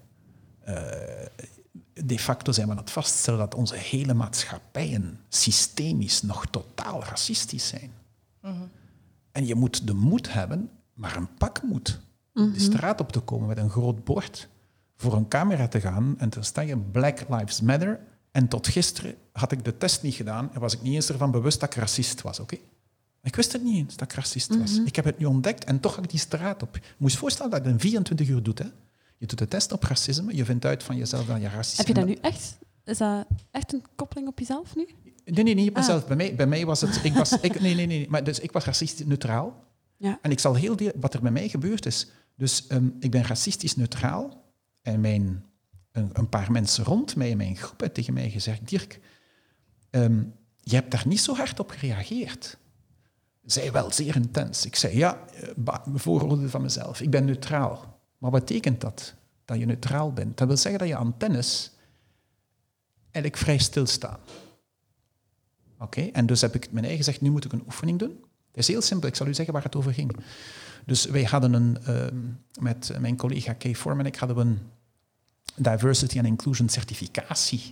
de facto zijn we aan het vaststellen dat onze hele maatschappijen systemisch nog totaal racistisch zijn. Mm-hmm. En je moet de moed hebben, maar een pak moed. Mm-hmm. De straat op te komen met een groot bord, voor een camera te gaan en te staan, Black Lives Matter. En tot gisteren had ik de test niet gedaan en was ik niet eens ervan bewust dat ik racist was, oké? Ik wist het niet eens dat ik racist was. Mm-hmm. Ik heb het nu ontdekt en toch ga ik die straat op. Je moet je voorstellen dat je het in 24 uur doet, hè? Je doet de test op racisme, je vindt uit van jezelf dat je racist bent. Heb je dat nu echt? Is dat echt een koppeling op jezelf nu? Nee, niet op mezelf. Bij mij was het... Nee. Maar dus ik was racistisch neutraal. Ja. En ik zal wat er bij mij gebeurd is... Dus ik ben racistisch neutraal. En een paar mensen rond mij in mijn groep hebben tegen mij gezegd... Dirk, je hebt daar niet zo hard op gereageerd. Zij wel, zeer intens. Ik zei, ja, vooroordelen van mezelf. Ik ben neutraal. Maar wat betekent dat? Dat je neutraal bent. Dat wil zeggen dat je antennes eigenlijk vrij stilstaan. Oké, en dus heb ik mijn eigen gezegd, nu moet ik een oefening doen. Het is heel simpel, ik zal u zeggen waar het over ging. Dus wij hadden met mijn collega Kay Foreman, ik hadden een diversity and inclusion certificatie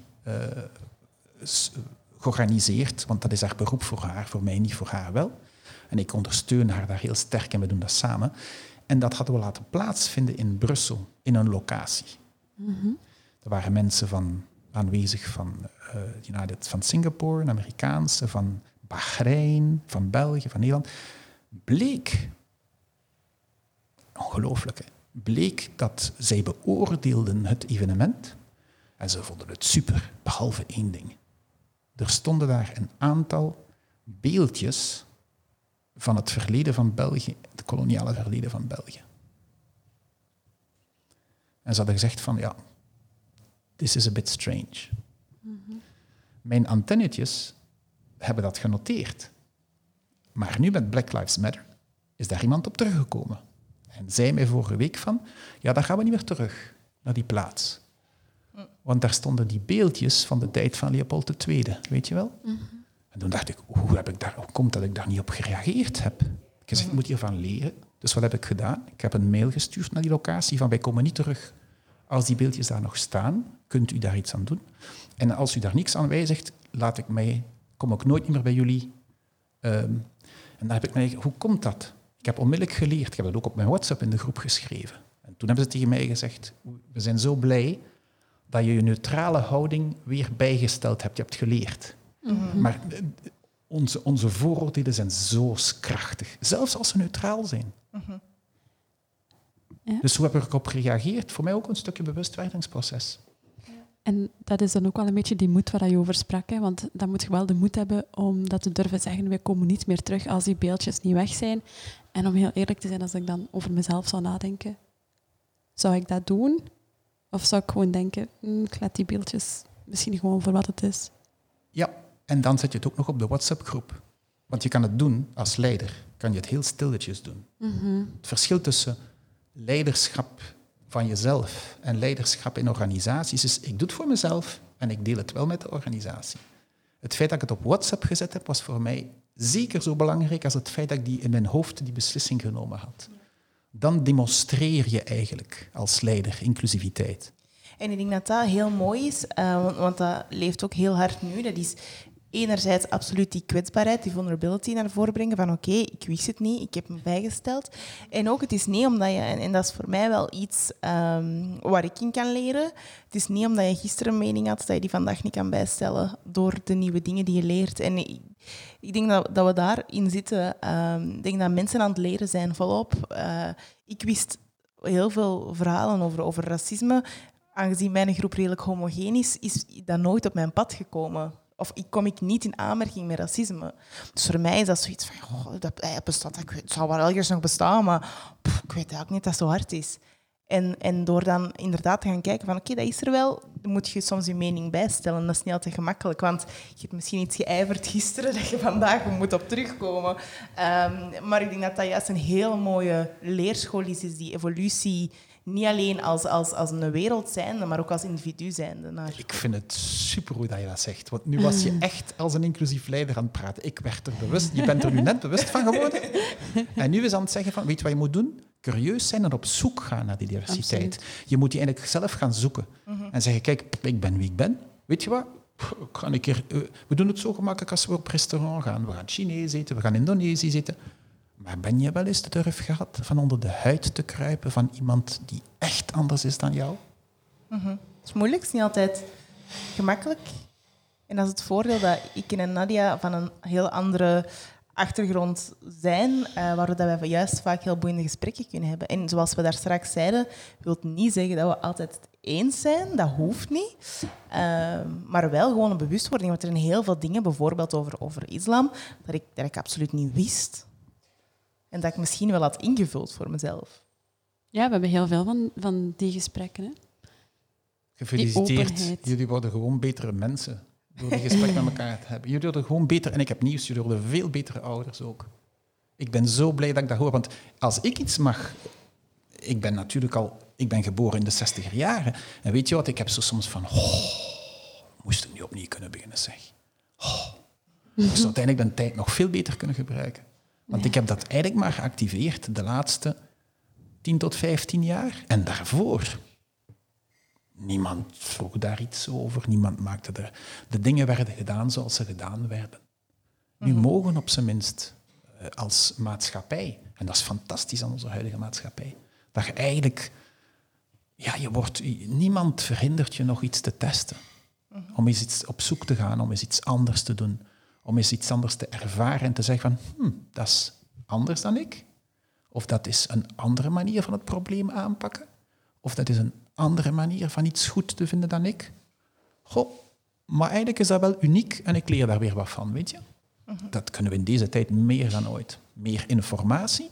georganiseerd, want dat is haar beroep voor haar, voor mij niet, voor haar wel. En ik ondersteun haar daar heel sterk en we doen dat samen. En dat hadden we laten plaatsvinden in Brussel, in een locatie. Mm-hmm. Er waren mensen aanwezig van Singapore, een Amerikaanse, van Bahrein, van België, van Nederland. Bleek, ongelooflijk, bleek dat zij beoordeelden het evenement en ze vonden het super, behalve één ding. Er stonden daar een aantal beeldjes van het verleden van België, het koloniale verleden van België. En ze hadden gezegd van, ja, this is a bit strange. Mm-hmm. Mijn antennetjes hebben dat genoteerd. Maar nu met Black Lives Matter is daar iemand op teruggekomen. En zei mij vorige week van, ja, dan gaan we niet meer terug naar die plaats. Want daar stonden die beeldjes van de tijd van Leopold II, weet je wel? Mm-hmm. En toen dacht ik, hoe komt dat ik daar niet op gereageerd heb? Ik zei, ik moet hiervan leren. Dus wat heb ik gedaan? Ik heb een mail gestuurd naar die locatie van, wij komen niet terug. Als die beeldjes daar nog staan, kunt u daar iets aan doen. En als u daar niks aan wijzigt, kom ik nooit meer bij jullie. En dan heb ik mij gezegd, hoe komt dat? Ik heb onmiddellijk geleerd. Ik heb dat ook op mijn WhatsApp in de groep geschreven. En toen hebben ze tegen mij gezegd, we zijn zo blij dat je je neutrale houding weer bijgesteld hebt. Je hebt geleerd. Mm-hmm. Maar onze vooroordelen zijn zo krachtig. Zelfs als ze neutraal zijn. Mm-hmm. Ja. Dus hoe heb ik erop gereageerd? Voor mij ook een stukje bewustwordingsproces. En dat is dan ook wel een beetje die moed waar je over sprak. Hè? Want dan moet je wel de moed hebben om dat te durven zeggen. Wij komen niet meer terug als die beeldjes niet weg zijn. En om heel eerlijk te zijn, als ik dan over mezelf zou nadenken. Zou ik dat doen? Of zou ik gewoon denken, ik laat die beeldjes misschien gewoon voor wat het is? Ja, en dan zet je het ook nog op de WhatsApp-groep. Want je kan het doen als leider. Kan je het heel stilletjes doen. Mm-hmm. Het verschil tussen leiderschap van jezelf en leiderschap in organisaties is, ik doe het voor mezelf en ik deel het wel met de organisatie. Het feit dat ik het op WhatsApp gezet heb, was voor mij zeker zo belangrijk als het feit dat ik in mijn hoofd die beslissing genomen had. Dan demonstreer je eigenlijk als leider inclusiviteit. En ik denk dat dat heel mooi is, want dat leeft ook heel hard nu. Dat is enerzijds absoluut die kwetsbaarheid, die vulnerability naar voren brengen van oké, ik wist het niet, ik heb me bijgesteld. En ook, het is niet omdat je, en dat is voor mij wel iets waar ik in kan leren, het is niet omdat je gisteren een mening had dat je die vandaag niet kan bijstellen door de nieuwe dingen die je leert. En ik denk dat we daarin zitten. Ik denk dat mensen aan het leren zijn volop. Ik wist heel veel verhalen over racisme. Aangezien mijn groep redelijk homogeen is dat nooit op mijn pad gekomen. Of kom ik niet in aanmerking met racisme. Dus voor mij is dat zoiets van, dat bestaat, het zou wel ergens nog bestaan, maar ik weet eigenlijk niet dat het zo hard is. En door dan inderdaad te gaan kijken van oké, dat is er wel, dan moet je soms je mening bijstellen. Dat is niet altijd gemakkelijk, want je hebt misschien iets geijverd gisteren dat je vandaag moet op terugkomen. Maar ik denk dat dat juist een heel mooie leerschool is die evolutie, niet alleen als een wereld zijnde, maar ook als individu zijnde. Ik vind het supergoed dat je dat zegt. Want nu was je echt als een inclusief leider aan het praten. Ik werd er bewust. Je bent er nu net bewust van geworden. En nu is aan het zeggen van, weet je wat je moet doen? Curieus zijn en op zoek gaan naar die diversiteit. Absoluut. Je moet die eigenlijk zelf gaan zoeken. En zeggen, kijk, ik ben wie ik ben. Weet je wat? Ik ga een keer, we doen het zo gemakkelijk als we op restaurant gaan. We gaan Chinees eten, we gaan Indonesisch eten. Maar ben je wel eens de durf gehad van onder de huid te kruipen van iemand die echt anders is dan jou? Het is moeilijk, het is niet altijd gemakkelijk. En dat is het voordeel dat ik en Nadia van een heel andere achtergrond zijn, waardoor dat wij juist vaak heel boeiende gesprekken kunnen hebben. En zoals we daar straks zeiden, wil niet zeggen dat we altijd het eens zijn, dat hoeft niet. Maar wel gewoon een bewustwording, want er zijn heel veel dingen, bijvoorbeeld over islam, dat ik absoluut niet wist. En dat ik misschien wel had ingevuld voor mezelf. Ja, we hebben heel veel van die gesprekken. Hè? Gefeliciteerd. Jullie worden gewoon betere mensen door die gesprekken met elkaar te hebben. Jullie worden gewoon beter, en ik heb nieuws, jullie worden veel betere ouders ook. Ik ben zo blij dat ik dat hoor, want als ik iets mag... Ik ben geboren in de 60er jaren. En weet je wat, ik heb zo soms van... moest ik nu opnieuw kunnen beginnen, zeg. Ik zou uiteindelijk de tijd nog veel beter kunnen gebruiken. Want ik heb dat eigenlijk maar geactiveerd de laatste 10 tot 15 jaar. En daarvoor... Niemand vroeg daar iets over. Niemand maakte er... De dingen werden gedaan zoals ze gedaan werden. Nu mogen op zijn minst als maatschappij... En dat is fantastisch aan onze huidige maatschappij. Dat je eigenlijk... niemand verhindert je nog iets te testen. Om eens iets op zoek te gaan, om eens iets anders te doen. Om eens iets anders te ervaren en te zeggen van... dat is anders dan ik. Of dat is een andere manier van het probleem aanpakken. Of dat is een andere manier van iets goed te vinden dan ik. Maar eigenlijk is dat wel uniek en ik leer daar weer wat van, weet je. Dat kunnen we in deze tijd meer dan ooit. Meer informatie.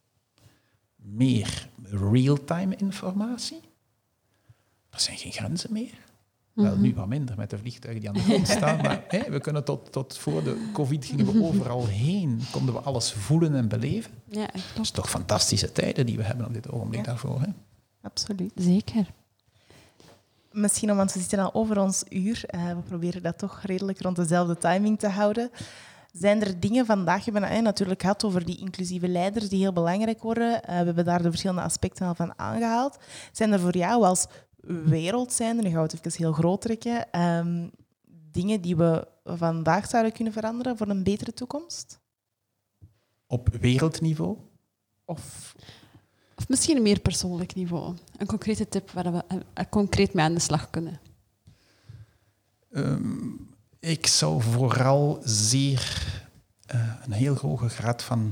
Meer real-time informatie. Er zijn geen grenzen meer. Wel, nu wat minder met de vliegtuigen die aan de grond staan. Maar we kunnen tot voor de COVID gingen we overal heen. Konden we alles voelen en beleven. Ja, dat is toch fantastische tijden die we hebben op dit ogenblik daarvoor. Hè? Absoluut. Zeker. Misschien, want we zitten al over ons uur. We proberen dat toch redelijk rond dezelfde timing te houden. Zijn er dingen vandaag, we hebben het natuurlijk gehad over die inclusieve leiders die heel belangrijk worden. We hebben daar de verschillende aspecten al van aangehaald. Zijn er voor jou als wereld zijnde, nu gaan we het even heel groot trekken, dingen die we vandaag zouden kunnen veranderen voor een betere toekomst? Op wereldniveau? Of misschien een meer persoonlijk niveau. Een concrete tip waar we concreet mee aan de slag kunnen. Ik zou vooral een heel hoge graad van...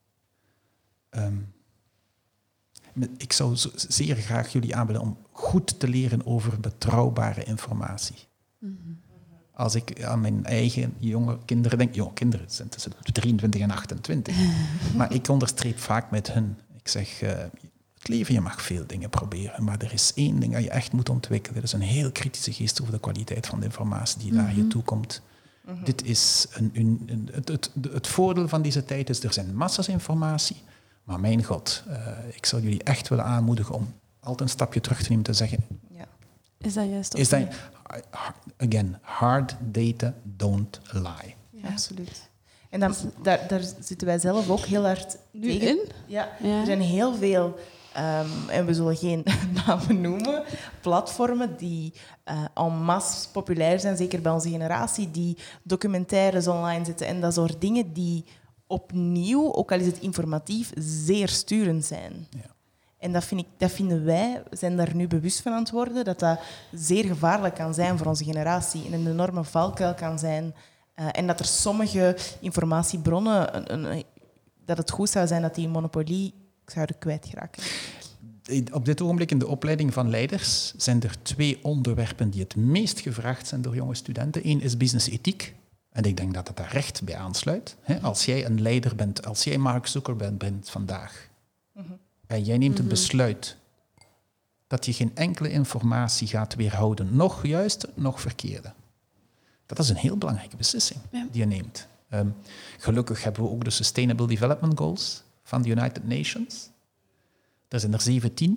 ik zou zeer graag jullie aanbieden om goed te leren over betrouwbare informatie. Als ik aan mijn eigen jonge kinderen denk... Jonge kinderen zijn tussen 23 en 28. Maar ik onderstreep vaak met hen... Ik zeg, het leven, je mag veel dingen proberen, maar er is één ding dat je echt moet ontwikkelen. Dat is een heel kritische geest over de kwaliteit van de informatie die naar je toe komt. Dit is het voordeel van deze tijd is, er zijn massa's informatie, maar mijn god, ik zou jullie echt willen aanmoedigen om altijd een stapje terug te nemen te zeggen... Ja. Is dat juist? Is dat, again, hard data don't lie. Ja, absoluut. En daar zitten wij zelf ook heel hard nu in? Ja, er zijn heel veel en we zullen geen namen noemen, platformen die en masse populair zijn, zeker bij onze generatie, die documentaires online zetten en dat soort dingen die opnieuw, ook al is het informatief, zeer sturend zijn. Ja. En dat vinden wij, we zijn daar nu bewust van aan het worden, dat dat zeer gevaarlijk kan zijn voor onze generatie en een enorme valkuil kan zijn. En dat er sommige informatiebronnen, dat het goed zou zijn dat die monopolie zouden kwijtgeraken. Op dit ogenblik in de opleiding van leiders zijn er 2 onderwerpen die het meest gevraagd zijn door jonge studenten. Eén is business-ethiek. En ik denk dat het daar recht bij aansluit. Als jij een leider bent, als jij Mark Zuckerberg bent vandaag, en jij neemt het besluit dat je geen enkele informatie gaat weerhouden, nog juiste, nog verkeerde. Dat is een heel belangrijke beslissing die je neemt. Gelukkig hebben we ook de Sustainable Development Goals van de United Nations. Er zijn er 17.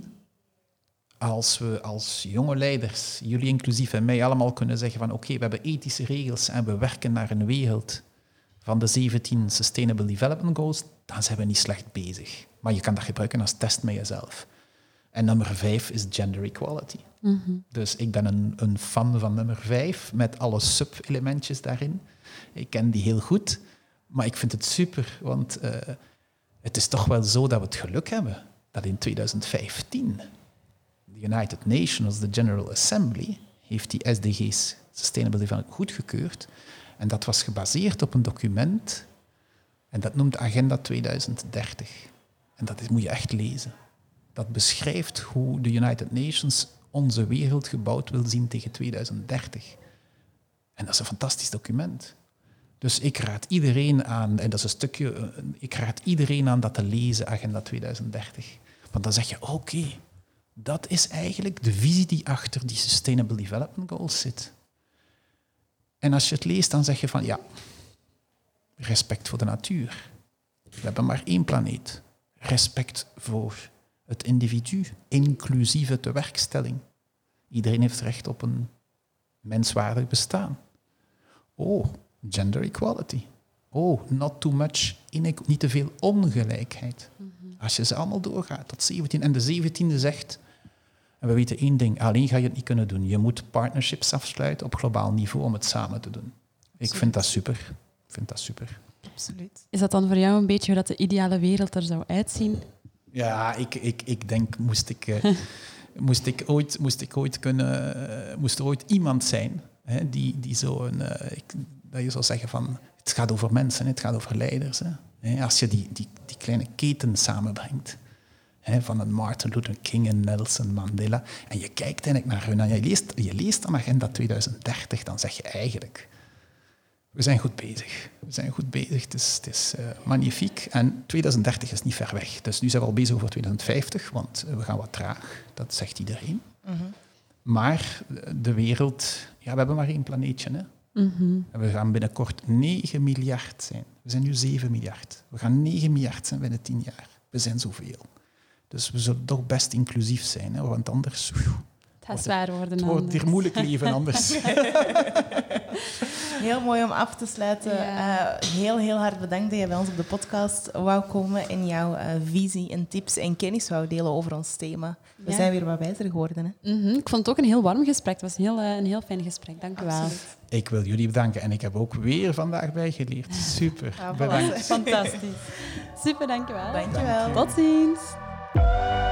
Als we als jonge leiders, jullie inclusief en mij, allemaal kunnen zeggen van oké, we hebben ethische regels en we werken naar een wereld van de 17 Sustainable Development Goals, dan zijn we niet slecht bezig. Maar je kan dat gebruiken als test met jezelf. En nummer 5 is gender equality. Dus ik ben een fan van nummer 5 met alle sub-elementjes daarin. Ik ken die heel goed, maar ik vind het super, want het is toch wel zo dat we het geluk hebben dat in 2015 de United Nations, de General Assembly, heeft die SDG's, Sustainable Development, goedgekeurd. En dat was gebaseerd op een document en dat noemt Agenda 2030. En dat moet je echt lezen. Dat beschrijft hoe de United Nations onze wereld gebouwd wil zien tegen 2030. En dat is een fantastisch document. Dus ik raad iedereen aan, en dat is een stukje, ik raad iedereen aan dat te lezen, Agenda 2030. Want dan zeg je, oké, dat is eigenlijk de visie die achter die Sustainable Development Goals zit. En als je het leest, dan zeg je van, ja, respect voor de natuur. We hebben maar 1 planeet. Respect voor het individu, inclusieve tewerkstelling. Iedereen heeft recht op een menswaardig bestaan. Oh, gender equality. Oh, not too much, niet te veel ongelijkheid. Als je ze allemaal doorgaat tot 17. En de 17e zegt, en we weten 1 ding, alleen ga je het niet kunnen doen. Je moet partnerships afsluiten op globaal niveau om het samen te doen. Ik vind dat super. Absoluut. Is dat dan voor jou een beetje hoe dat de ideale wereld er zou uitzien? Ja, ik denk, moest er ooit iemand zijn die zo dat je zou zeggen van, het gaat over mensen, het gaat over leiders. Als je die kleine keten samenbrengt, van een Martin Luther King en Nelson Mandela, en je kijkt eigenlijk naar hun en je leest dan Agenda 2030, dan zeg je eigenlijk, we zijn goed bezig. Het is magnifiek. En 2030 is niet ver weg. Dus nu zijn we al bezig over 2050, want we gaan wat traag. Dat zegt iedereen. Maar de wereld, ja, we hebben maar 1 planeetje. Hè? En we gaan binnenkort 9 miljard zijn. We zijn nu 7 miljard. We gaan 9 miljard zijn binnen 10 jaar. We zijn zoveel. Dus we zullen toch best inclusief zijn, hè? Want anders... Het gaat zwaar worden. Het wordt hier moeilijk leven anders. Heel mooi om af te sluiten. Ja. Heel hard bedankt dat je bij ons op de podcast wou komen en jouw visie en tips en kennis wou delen over ons thema. We zijn weer wat wijzer geworden. Hè? Ik vond het ook een heel warm gesprek. Het was een heel fijn gesprek. Dank u wel. Absoluut. Ik wil jullie bedanken en ik heb ook weer vandaag bijgeleerd. Super, Ja, voilà. bedankt. Fantastisch. Super, dank u wel. Dankjewel. Tot ziens.